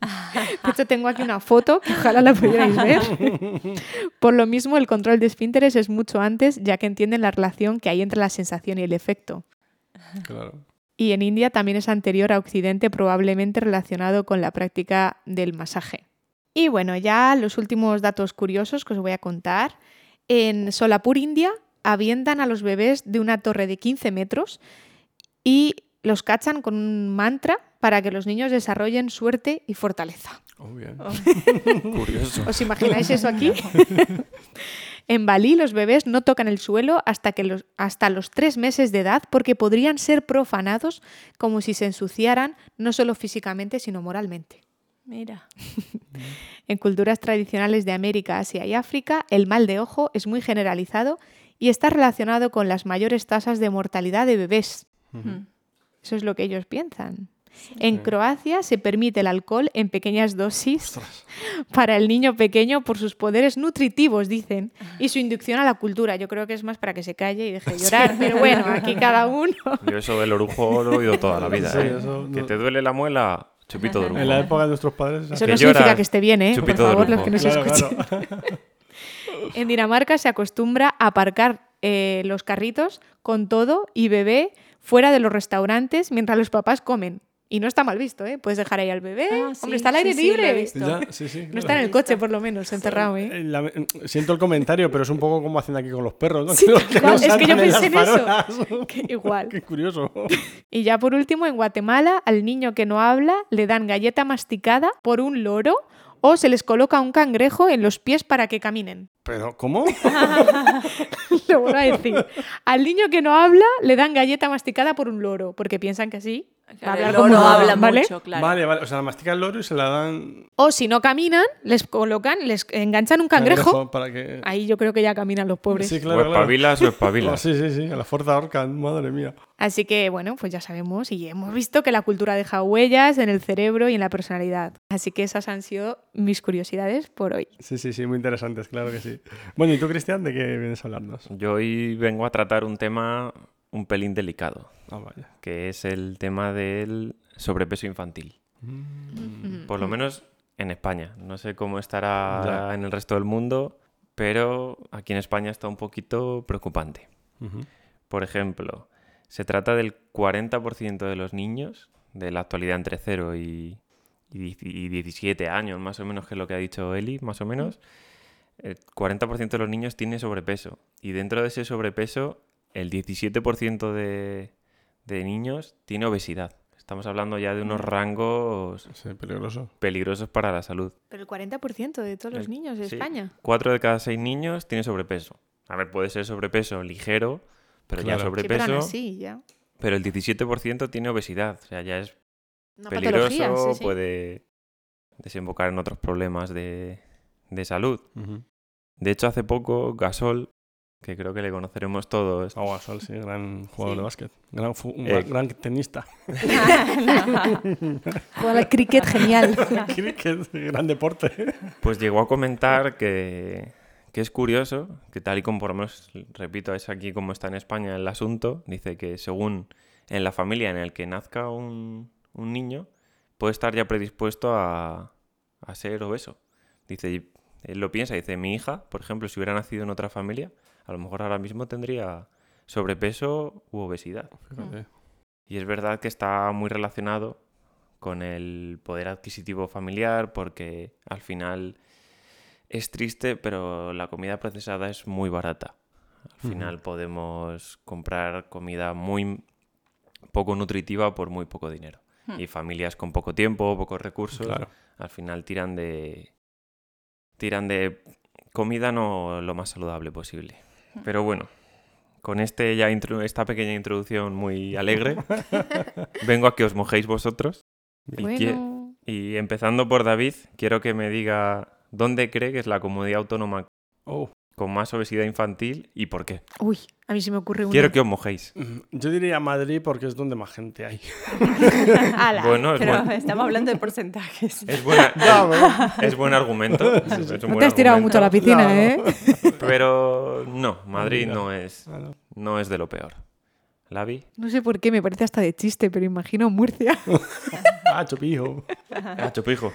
S2: De hecho, tengo aquí una foto que ojalá la pudierais ver. Por lo mismo, el control de esfínteres es mucho antes, ya que entienden la relación que hay entre la sensación y el efecto.
S1: Claro.
S2: Y en India también es anterior a Occidente, probablemente relacionado con la práctica del masaje. Y bueno, ya los últimos datos curiosos que os voy a contar. En Solapur, India, avientan a los bebés de una torre de quince metros y los cachan con un mantra para que los niños desarrollen suerte y fortaleza.
S1: Oh, bien.
S3: Curioso.
S2: ¿Os imagináis eso aquí? En Bali los bebés no tocan el suelo hasta, que los, hasta los tres meses de edad porque podrían ser profanados como si se ensuciaran no solo físicamente sino moralmente.
S4: Mira.
S2: En culturas tradicionales de América, Asia y África, el mal de ojo es muy generalizado y está relacionado con las mayores tasas de mortalidad de bebés.
S4: Mm.
S2: Eso es lo que ellos piensan. En Croacia se permite el alcohol en pequeñas dosis para el niño pequeño por sus poderes nutritivos, dicen, y su inducción a la cultura. Yo creo que es más para que se calle y deje de llorar, pero bueno, aquí cada uno.
S3: Yo eso del orujo lo he oído toda la vida.
S1: Sí,
S3: ¿eh?
S1: eso no-
S3: Que te duele la muela, chupito de orujo.
S1: En la época de nuestros padres...
S2: Eso
S3: Que
S2: no significa
S3: lloras,
S2: que esté bien, ¿eh? Por
S3: chupito de
S2: favor, los
S3: lujo.
S2: que nos
S1: Claro,
S2: escuchen.
S1: claro.
S2: En Dinamarca se acostumbra a aparcar eh, los carritos con todo y bebé fuera de los restaurantes mientras los papás comen. Y no está mal visto, ¿eh? Puedes dejar ahí al bebé.
S4: Ah, sí,
S2: Hombre, está al aire
S4: sí, sí, lo he
S2: libre.
S4: visto.
S1: Ya, sí, sí,
S2: No está en
S1: claro.
S2: el coche, por lo menos, encerrado, ¿eh?
S1: Eh, la- siento el comentario, pero es un poco como hacen aquí con los perros, ¿no?
S2: Sí,
S1: Que los- que
S2: igual,
S1: los
S2: es que yo
S1: saltan
S2: pensé en
S1: las
S2: eso.
S1: farolas.
S2: Que igual.
S1: Qué curioso.
S2: Y ya por último, en Guatemala, al niño que no habla le dan galleta masticada por un loro o se les coloca un cangrejo en los pies para que caminen.
S1: Pero, ¿cómo?
S2: Lo vuelvo a decir. Al niño que no habla le dan galleta masticada por un loro, porque piensan que así va a hablar
S4: El
S2: como
S4: loro
S2: loro,
S4: habla
S2: ¿vale?
S4: mucho, claro.
S1: Vale, vale. O sea, la mastica el loro y se la dan...
S2: O si no caminan, les colocan, les enganchan un cangrejo.
S1: para que...
S2: Ahí yo creo que ya caminan los pobres.
S1: Sí,
S3: O
S1: claro, claro.
S3: espabilas o
S1: Oh,
S3: espabilas.
S1: sí, sí, sí. A la fuerza ahorcan. Madre mía.
S2: Así que, bueno, pues ya sabemos y hemos visto que la cultura deja huellas en el cerebro y en la personalidad. Así que esas han sido mis curiosidades por hoy.
S1: Sí, sí, sí. Muy interesantes, claro que sí. Bueno, ¿y tú, Cristian, de qué vienes a hablarnos?
S3: Yo hoy vengo a tratar un tema un pelín delicado,
S1: Ah, vaya.
S3: que es el tema del sobrepeso infantil.
S1: Mm.
S3: Por lo menos en España. No sé cómo estará
S1: Ya.
S3: en el resto del mundo, pero aquí en España está un poquito preocupante.
S1: Ujú.
S3: Por ejemplo, se trata del cuarenta por ciento de los niños de la actualidad entre cero y, y, y diecisiete años, más o menos, que es lo que ha dicho Eli, más o menos. El cuarenta por ciento de los niños tiene sobrepeso. Y dentro de ese sobrepeso, el diecisiete por ciento de, de niños tiene obesidad. Estamos hablando ya de unos rangos
S1: Sí, peligroso.
S3: peligrosos para la salud.
S2: Pero el cuarenta por ciento de todos los
S3: El-
S2: niños de
S3: sí.
S2: España.
S3: Cuatro de cada seis niños tiene sobrepeso. A ver, puede ser sobrepeso ligero, pero ya
S1: Claro.
S2: Sí, pero
S3: sobrepeso.
S2: aún así, ya.
S3: Pero el diecisiete por ciento tiene obesidad. O sea, ya es
S2: Una
S3: peligroso,
S2: patología, sí, sí.
S3: puede desembocar en otros problemas de, de salud.
S1: Ujú.
S3: De hecho, hace poco, Gasol, que creo que le conoceremos todos,
S1: Agua Sol, sí, gran jugador
S4: Sí.
S1: de básquet. Gran, fu- un
S3: Eh,
S1: gran tenista.
S2: Juega al cricket genial.
S1: Cricket, gran deporte.
S3: pues llegó a comentar que, que es curioso, que tal y como por lo menos, repito, es aquí como está en España el asunto, dice que según en la familia en la que nazca un, un niño, puede estar ya predispuesto a, a ser obeso. Dice, él lo piensa, dice, mi hija, por ejemplo, si hubiera nacido en otra familia, a lo mejor ahora mismo tendría sobrepeso u obesidad.
S1: Fíjate.
S3: Y es verdad que está muy relacionado con el poder adquisitivo familiar, porque al final es triste, pero la comida procesada es muy barata. Al final podemos comprar comida muy poco nutritiva por muy poco dinero.
S4: Hmm.
S3: Y familias con poco tiempo, pocos recursos,
S1: Claro.
S3: al final tiran de tiran de comida no lo más saludable posible. Pero bueno, con este ya intro- esta pequeña introducción muy alegre, vengo a que os mojéis vosotros. Y, qui-
S2: Bueno,
S3: y empezando por David, quiero que me diga dónde cree que es la comunidad autónoma
S1: Oh.
S3: con más obesidad infantil y por qué.
S2: uy, a mí se me ocurre una.
S3: Quiero que os mojéis.
S1: Yo diría Madrid porque es donde más gente hay.
S2: Ala.
S3: Bueno, es
S4: Pero
S3: buen,
S4: estamos hablando de porcentajes.
S3: es buena-
S1: Ya, bueno.
S3: es buen argumento. es un
S2: No
S3: buen
S2: te has tirado
S3: argumento,
S2: mucho a la piscina,
S1: No,
S2: ¿eh?
S1: no.
S3: Pero no, Madrid
S1: Mira.
S3: no es,
S1: Ah, no.
S3: no es de lo peor. ¿Lavi?
S2: No sé por qué, me parece hasta de chiste, pero imagino Murcia.
S1: Ah, chupijo.
S3: Ah, chupijo.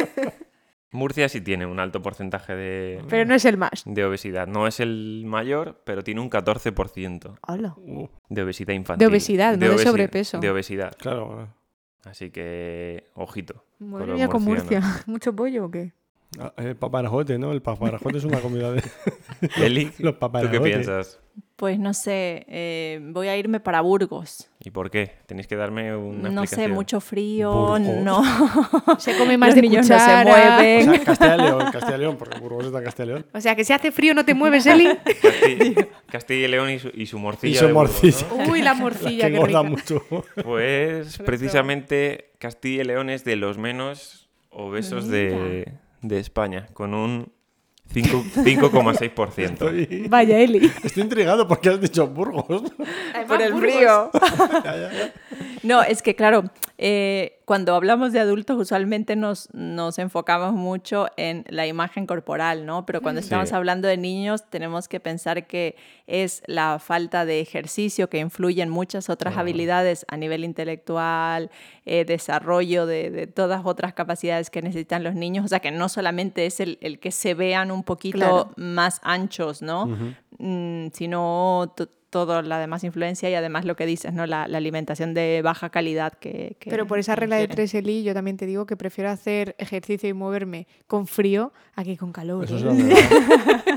S3: Murcia sí tiene un alto porcentaje de,
S2: Pero no es el más.
S3: de obesidad. No es el mayor, pero tiene un catorce por ciento
S2: Hola.
S1: Uh,
S3: de obesidad infantil.
S2: De obesidad, no de
S3: obesi-
S2: sobrepeso.
S3: De obesidad.
S1: claro.
S3: Así que, ojito.
S2: Madre
S3: los
S2: mía, con
S3: murcianos.
S2: Murcia. ¿Mucho pollo o qué?
S1: Ah, El paparajote, ¿no? El paparajote es una comida de
S3: Eli,
S1: los
S3: ¿tú
S1: paparajotes.
S3: qué piensas?
S4: Pues no sé, eh, voy a irme para Burgos.
S3: ¿Y por qué? Tenéis que darme una
S4: No sé,
S3: explicación.
S4: mucho frío,
S1: Burgos.
S4: no.
S2: Se come más
S4: Los
S2: de
S4: niños no se
S2: cuchara.
S1: O
S4: mueven.
S1: sea, Castilla y León, Castilla y León, porque Burgos está en Castilla y León.
S2: O sea, que si hace frío no te mueves, Eli.
S3: Castilla, Castilla y León y su, y su morcilla
S1: Y su
S3: de Burgos,
S1: morcilla.
S3: ¿no?
S2: Uy, la
S1: La
S2: morcilla,
S1: que
S2: qué
S1: engorda
S2: rica.
S1: mucho.
S3: Pues precisamente Castilla y León es de los menos obesos de, de España, con un cinco coma seis por ciento.
S1: Estoy,
S2: Vaya, Eli.
S1: estoy intrigado porque has dicho Burgos.
S4: Por el
S2: Burgos.
S4: frío.
S1: Ya, ya, ya.
S4: No, es que claro, eh, cuando hablamos de adultos usualmente nos, nos enfocamos mucho en la imagen corporal, ¿no? Pero cuando
S3: Sí.
S4: estamos hablando de niños tenemos que pensar que es la falta de ejercicio que influye en muchas otras habilidades a nivel intelectual, eh, desarrollo de, de todas otras capacidades que necesitan los niños. O sea, que no solamente es el, el que se vean un poquito
S2: Claro.
S4: más anchos, ¿no? Mm, sino to- toda la demás influencia y además lo que dices, ¿no? La, la alimentación de baja calidad que... que
S2: Pero por esa regla de
S4: requieren.
S2: tres, Eli, yo también te digo que prefiero hacer ejercicio y moverme con frío a que con calor.
S1: Eso es
S2: ¿eh?
S1: la verdad.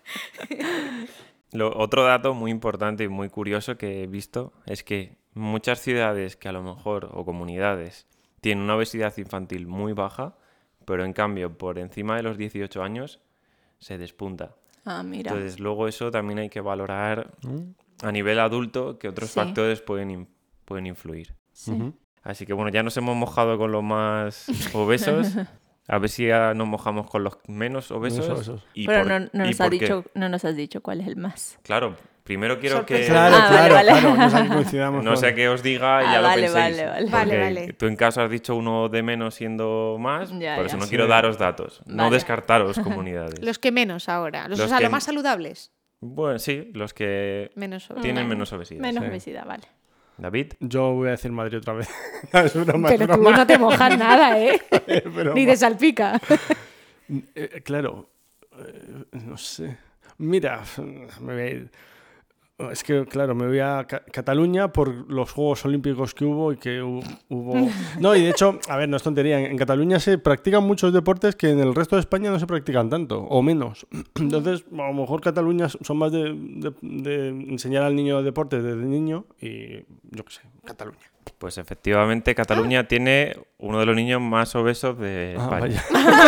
S3: Lo, otro dato muy importante y muy curioso que he visto es que muchas ciudades que a lo mejor, o comunidades, tienen una obesidad infantil muy baja, pero en cambio por encima de los dieciocho años se despunta.
S4: Ah, mira.
S3: Entonces luego eso también hay que valorar a nivel adulto que otros
S4: Sí.
S3: factores pueden, in- pueden influir.
S4: Sí.
S1: Ujú.
S3: Así que bueno, ya nos hemos mojado con los más obesos. A ver si ya nos mojamos con los menos obesos.
S1: Menos obesos.
S3: y
S4: Pero
S3: por-
S4: no, no
S3: y
S4: nos ha
S3: por qué.
S4: dicho, no nos has dicho cuál es el más.
S3: Claro, primero quiero que...
S2: Sorpresa.
S1: Claro,
S4: Ah, vale,
S1: claro,
S4: vale.
S1: claro. No sé que coincidamos.
S3: No
S1: con-
S3: sea que os diga y
S4: Ah,
S3: ya
S4: vale,
S3: lo penséis.
S4: vale, vale.
S3: Porque
S2: Vale, vale.
S3: tú en caso has dicho uno de menos siendo más,
S4: Ya,
S3: por
S4: ya.
S3: eso no
S1: Sí.
S3: quiero daros datos. No
S4: Vale.
S3: descartaros comunidades.
S2: Los que menos ahora. Los,
S3: Los
S2: o sea,
S3: que-
S2: los más saludables.
S3: Bueno, sí, los que
S2: Menos obesidad.
S3: tienen
S4: Bueno,
S3: menos obesidad.
S4: Menos
S1: sí.
S4: obesidad, vale.
S3: David,
S1: Yo voy a decir Madrid otra vez. Es broma, es
S2: Pero tú
S1: broma.
S2: no te mojas nada, ¿eh?
S1: Es broma.
S2: Ni de salpica.
S1: Eh, claro, eh, no sé. Mira, me voy a ir. Es que, claro, me voy a Ca- Cataluña por los Juegos Olímpicos que hubo y que hu- hubo... No, y de hecho, a ver, no es tontería, en en Cataluña se practican muchos deportes que en el resto de España no se practican tanto, o menos. Entonces, a lo mejor Cataluña son más de, de- de enseñar al niño deportes desde niño y, yo qué sé, Cataluña.
S3: pues efectivamente Cataluña tiene uno de los niños más obesos de
S1: Ah,
S3: España.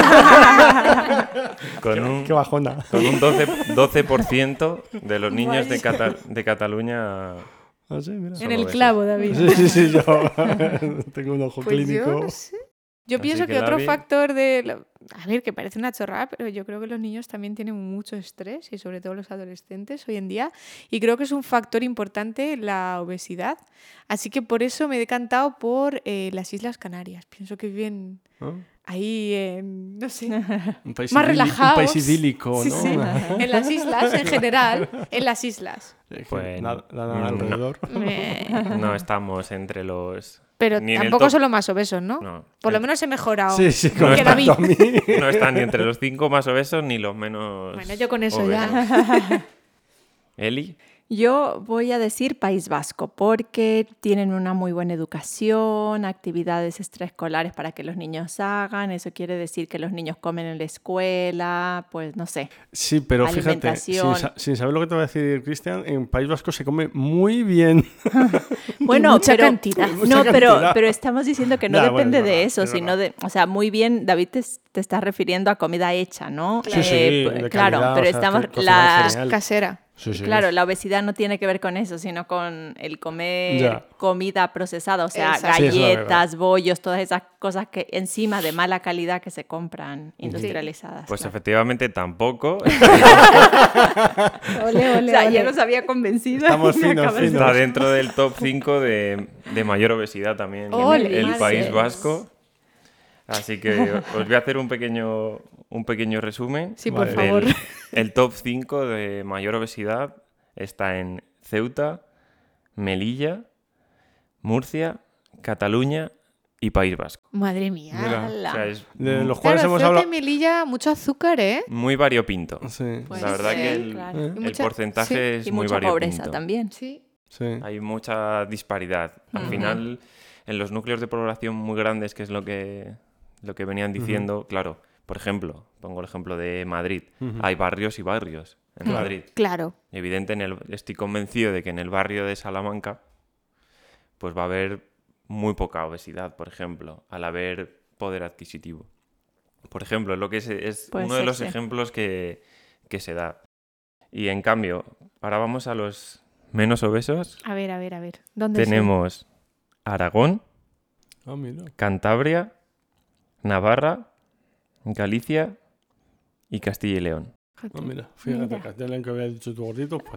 S1: vaya.
S3: Con un,
S1: Qué bajona.
S3: con un doce, doce por ciento de los niños de,
S4: Vaya.
S3: Cata- de Cataluña.
S1: Ah, sí, mira.
S3: Son
S2: En el
S3: obesos.
S2: clavo, David.
S1: Sí, sí, sí, yo tengo un ojo
S2: Pues
S1: clínico.
S2: yo no sé. Yo
S3: Así
S2: pienso
S3: que
S2: que, otro
S3: Lavi-
S2: factor de... lo- A ver, que parece una chorrada, pero yo creo que los niños también tienen mucho estrés y sobre todo los adolescentes hoy en día. Y creo que es un factor importante la obesidad. Así que por eso me he decantado por eh, las Islas Canarias. Pienso que viven
S1: ¿No?
S2: ahí, en, no sé,
S1: Un país,
S2: más
S1: idíli-
S2: relajados.
S1: un país idílico,
S2: Sí,
S1: ¿no?
S2: sí. En las islas, en general, en las islas.
S1: Es que
S3: Pues,
S1: nada, nada
S3: no.
S1: alrededor.
S2: Eh,
S3: No estamos entre los.
S2: Pero
S3: Ni en el
S2: tampoco
S3: top.
S2: son los más obesos, ¿no?
S3: No.
S2: Por lo menos he mejorado.
S1: Sí, sí,
S3: No
S1: con
S2: está-
S1: respecto a mí.
S3: No están ni entre los cinco más obesos ni los menos.
S2: Bueno, yo con eso
S3: obesos.
S2: ya.
S3: Eli,
S4: Yo voy a decir País Vasco porque tienen una muy buena educación, actividades extraescolares para que los niños hagan. Eso quiere decir que los niños comen en la escuela, pues no sé.
S1: Sí, pero fíjate, sin,
S4: Alimentación.
S1: sa- sin saber lo que te va a decir Cristian, en País Vasco se come muy bien.
S4: Bueno,
S2: mucha
S4: pero,
S2: cantidad.
S1: Mucha
S4: no, pero,
S1: cantidad.
S4: pero estamos diciendo que no
S1: Ya, bueno,
S4: depende
S1: es
S4: de
S1: verdad,
S4: eso,
S1: es
S4: sino
S1: verdad.
S4: de, o sea, muy bien, David te, te estás refiriendo a comida hecha, ¿no?
S1: Sí, sí,
S4: pues,
S1: de
S4: claro,
S1: calidad,
S4: pero
S1: o sea,
S4: estamos,
S1: que cocinan
S4: la,
S1: genial.
S2: Casera.
S1: Sí, sí.
S4: claro, la obesidad no tiene que ver con eso, sino con el comer
S1: Ya.
S4: comida procesada, o sea,
S2: Exacto.
S1: Sí, eso es
S4: galletas, bollos, todas esas cosas que encima de mala calidad que se compran industrializadas.
S3: pues
S4: claro.
S3: efectivamente tampoco.
S2: Ole,
S4: O
S2: ole,
S4: sea, ya
S2: ole.
S4: nos había convencido.
S1: Estamos
S4: Me
S1: finos,
S4: acabas de-
S1: finos.
S3: Está dentro del top cinco de, de mayor obesidad también
S2: Ole,
S3: el
S2: madre.
S3: País Vasco. Así que os voy a hacer un pequeño, un pequeño resumen.
S2: Sí, por
S1: Vale.
S2: favor.
S3: El, el top cinco de mayor obesidad está en Ceuta, Melilla, Murcia, Cataluña y País Vasco.
S2: Madre mía.
S1: Mira.
S3: O sea, es
S1: De los cuales
S2: Claro,
S1: hemos
S2: Ceuta
S1: hablado.
S2: y Melilla, mucho azúcar, ¿eh?
S3: muy variopinto.
S1: Sí,
S4: Puede
S3: La verdad
S4: ser,
S3: que el,
S4: claro.
S2: Y
S3: el
S2: mucha-
S3: porcentaje es
S4: Y
S3: muy
S4: mucha
S3: variopinto.
S4: pobreza también.
S2: Sí.
S1: sí.
S3: Hay mucha disparidad. Al
S4: Ujú.
S3: final, en los núcleos de población muy grandes, que es lo que, lo que venían diciendo, claro, por ejemplo, pongo el ejemplo de Madrid,
S1: Ujú.
S3: hay barrios y barrios en
S1: Claro.
S3: Madrid.
S2: Claro.
S3: Evidente, en el, estoy convencido de que en el barrio de Salamanca pues va a haber muy poca obesidad, por ejemplo, al haber poder adquisitivo. Por ejemplo, lo que es, es
S4: Puede
S3: uno de
S4: ser,
S3: los
S4: sí.
S3: ejemplos que, que se da. Y en cambio, ahora vamos a los menos obesos.
S2: A ver, a ver, a ver. ¿Dónde
S3: Tenemos Aragón,
S1: Ah, mira.
S3: Cantabria, Navarra, Galicia y Castilla y León.
S2: sé?
S1: Ah, mira. Fíjate,
S4: Mira.
S1: Castellán que había dicho tu gordito, pues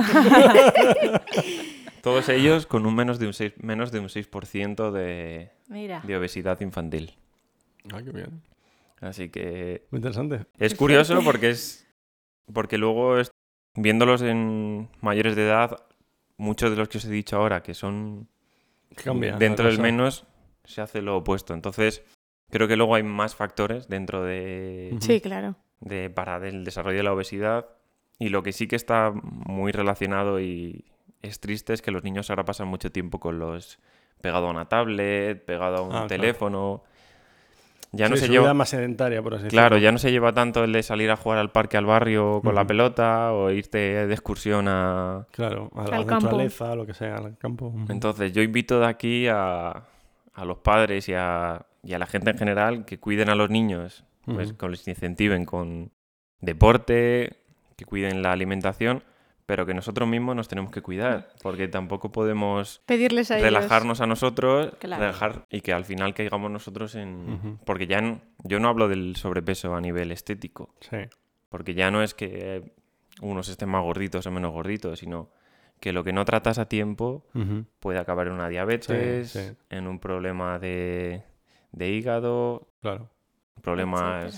S1: no.
S3: Todos ellos con un menos de un seis, menos de un seis por ciento de,
S4: Mira.
S3: de obesidad infantil.
S1: Ah, qué bien.
S3: Así que
S1: Muy interesante.
S3: es curioso porque es porque luego es- viéndolos en mayores de edad, muchos de los que os he dicho ahora que son
S1: Cambia.
S3: dentro
S1: la
S3: del
S1: cosa.
S3: menos se hace lo opuesto. Entonces, creo que luego hay más factores dentro de,
S1: Ujú.
S2: Sí, claro.
S3: de para el desarrollo de la obesidad, y lo que sí que está muy relacionado y es triste es que los niños ahora pasan mucho tiempo con los pegado a una tablet, pegado a un
S1: Ah, claro.
S3: teléfono. Ya no
S1: Sí,
S3: se
S1: su
S3: lleva
S1: vida más sedentaria, por así
S3: Claro,
S1: decirlo.
S3: ya no se lleva tanto el de salir a jugar al parque al barrio con la
S1: Ujú.
S3: pelota o irte de excursión a...
S1: Claro, a la
S2: Al campo.
S1: naturaleza, lo que sea, al campo. Ujú.
S3: Entonces yo invito de aquí a, a los padres y a, y a la gente en general que cuiden a los niños, pues
S1: Ujú.
S3: que les incentiven con deporte, que cuiden la alimentación, pero que nosotros mismos nos tenemos que cuidar, porque tampoco podemos
S2: Pedirles a ellos.
S3: relajarnos a nosotros,
S4: Claro.
S3: relajar y que al final caigamos nosotros en...
S1: Ujú.
S3: Porque ya no- yo no hablo del sobrepeso a nivel estético,
S1: Sí.
S3: porque ya no es que unos estén más gorditos o menos gorditos, sino que lo que no tratas a tiempo
S1: Ujú.
S3: puede acabar en una diabetes,
S1: Sí, sí.
S3: en un problema de, de hígado,
S1: Claro.
S3: problemas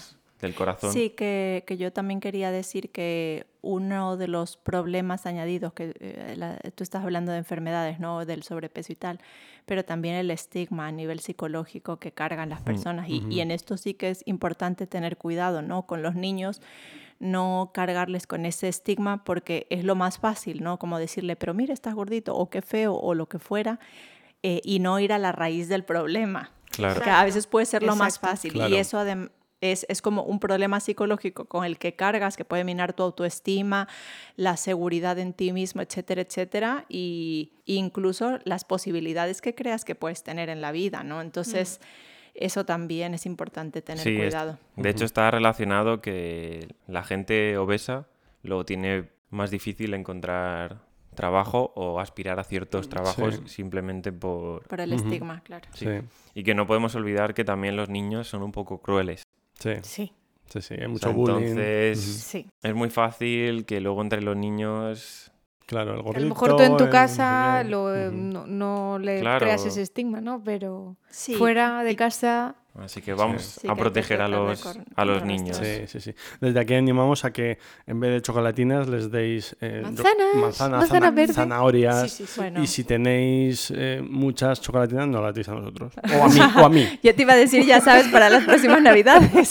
S3: del corazón.
S4: Sí, que, que yo también quería decir que uno de los problemas añadidos, que eh, la, tú estás hablando de enfermedades, ¿no? Del sobrepeso y tal, pero también el estigma a nivel psicológico que cargan las personas. Y,
S1: Uh-huh.
S4: y en esto sí que es importante tener cuidado, ¿no? Con los niños, no cargarles con ese estigma, porque es lo más fácil, ¿no? Como decirle, pero mira, estás gordito, o qué feo, o lo que fuera, eh, y no ir a la raíz del problema.
S3: Claro.
S4: Que a veces puede ser lo más
S2: Exacto.
S4: fácil.
S1: Claro.
S4: Y eso además es, es como un problema psicológico con el que cargas, que puede minar tu autoestima, la seguridad en ti mismo, etcétera, etcétera, y incluso las posibilidades que creas que puedes tener en la vida, ¿no? Entonces, mm. eso también es importante tener
S3: sí,
S4: cuidado.
S3: Es, de hecho, está relacionado que la gente obesa lo tiene más difícil encontrar trabajo o aspirar a ciertos trabajos sí. simplemente por...
S4: Por el uh-huh. estigma, claro.
S3: Sí. Sí. Y que no podemos olvidar que también los niños son un poco crueles.
S1: Sí.
S2: Sí.
S1: Sí, sí, hay mucho
S3: o sea,
S1: bullying.
S3: Entonces,
S2: uh-huh. sí.
S3: es muy fácil que luego entre los niños...
S1: Claro, el gordito...
S2: A lo mejor tú en tu
S1: el...
S2: casa lo,
S1: uh-huh.
S2: no, no le
S3: claro.
S2: creas ese estigma, ¿no? Pero
S4: sí.
S2: fuera de casa...
S3: Así que vamos
S4: sí.
S3: a
S4: sí,
S3: proteger a los,
S4: con,
S3: a los niños.
S1: Sí, sí, sí. Desde aquí animamos a que en vez de chocolatinas les deis eh,
S2: manzanas,
S1: manzana,
S2: manzana
S1: zana,
S2: verde.
S1: zanahorias.
S2: Sí, sí, sí.
S1: Bueno. Y si tenéis eh, muchas chocolatinas, no las deis a nosotros. O a mí. O a mí.
S4: Yo te iba a decir, ya sabes, para las próximas Navidades.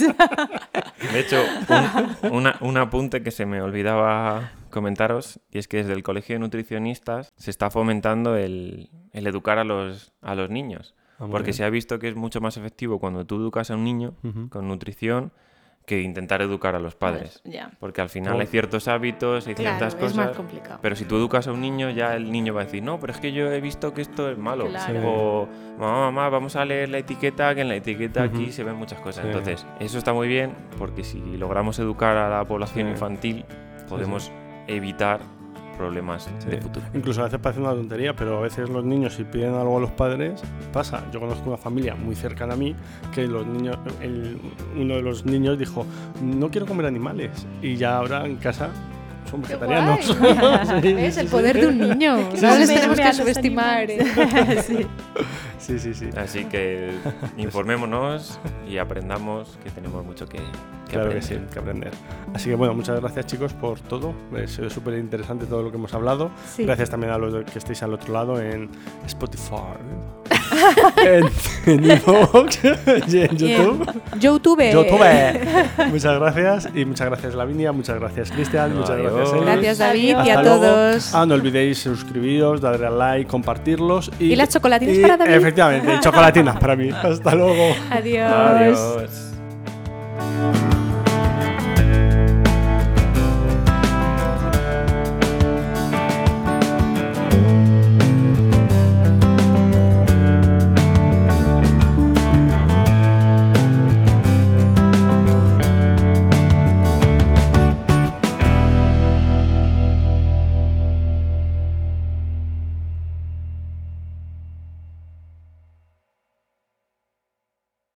S3: De hecho, un, una, un apunte que se me olvidaba comentaros, y es que desde el Colegio de Nutricionistas se está fomentando el, el educar a los, a los niños.
S1: Ah,
S3: porque
S1: bien.
S3: se ha visto que es mucho más efectivo cuando tú educas a un niño uh-huh. con nutrición que intentar educar a los padres.
S4: Pues, yeah.
S3: Porque al final
S1: oh.
S3: hay ciertos hábitos, hay
S2: claro,
S3: ciertas cosas.
S2: Es más complicado.
S3: Pero si tú educas a un niño, ya el niño va a decir, no, pero es que yo he visto que esto es malo.
S4: Claro.
S3: O, mamá, mamá, vamos a leer la etiqueta, que en la etiqueta uh-huh. aquí se ven muchas cosas.
S1: Sí.
S3: Entonces, eso está muy bien, porque si logramos educar a la población
S1: sí.
S3: infantil, podemos sí, sí. evitar problemas
S1: sí.
S3: de futuro.
S1: Incluso a veces parece una tontería, pero a veces los niños, si piden algo a los padres, pasa. Yo conozco una familia muy cercana a mí que los niños, el, uno de los niños dijo, no quiero comer animales, y ya ahora en casa son vegetarianos.
S2: Sí, es el poder de un niño.
S1: Sí,
S2: no
S1: sí,
S2: les
S1: sí,
S2: tenemos
S1: sí,
S2: que
S1: sí.
S2: subestimar.
S4: sí.
S1: sí, sí, sí.
S3: Así que informémonos y aprendamos, que tenemos mucho que, que
S1: claro
S3: aprender.
S1: que sí, que aprender. Así que bueno, muchas gracias chicos por todo. Ha sido súper interesante todo lo que hemos hablado.
S2: Sí.
S1: Gracias también a los que estéis al otro lado en Spotify, en, en Evox y en YouTube.
S2: YouTube.
S1: YouTube. Muchas gracias y muchas gracias Lavinia, muchas gracias Cristian,
S3: No,
S1: muchas
S3: adiós.
S1: gracias Eli.
S2: Gracias David
S1: Hasta
S2: y a
S1: luego.
S2: todos.
S1: Ah, no olvidéis suscribiros, darle al like, compartirlos. Y,
S2: ¿Y las chocolatinas
S1: y,
S2: para David?
S1: Efectivamente, chocolatinas para mí. Hasta luego.
S2: Adiós.
S3: Adiós.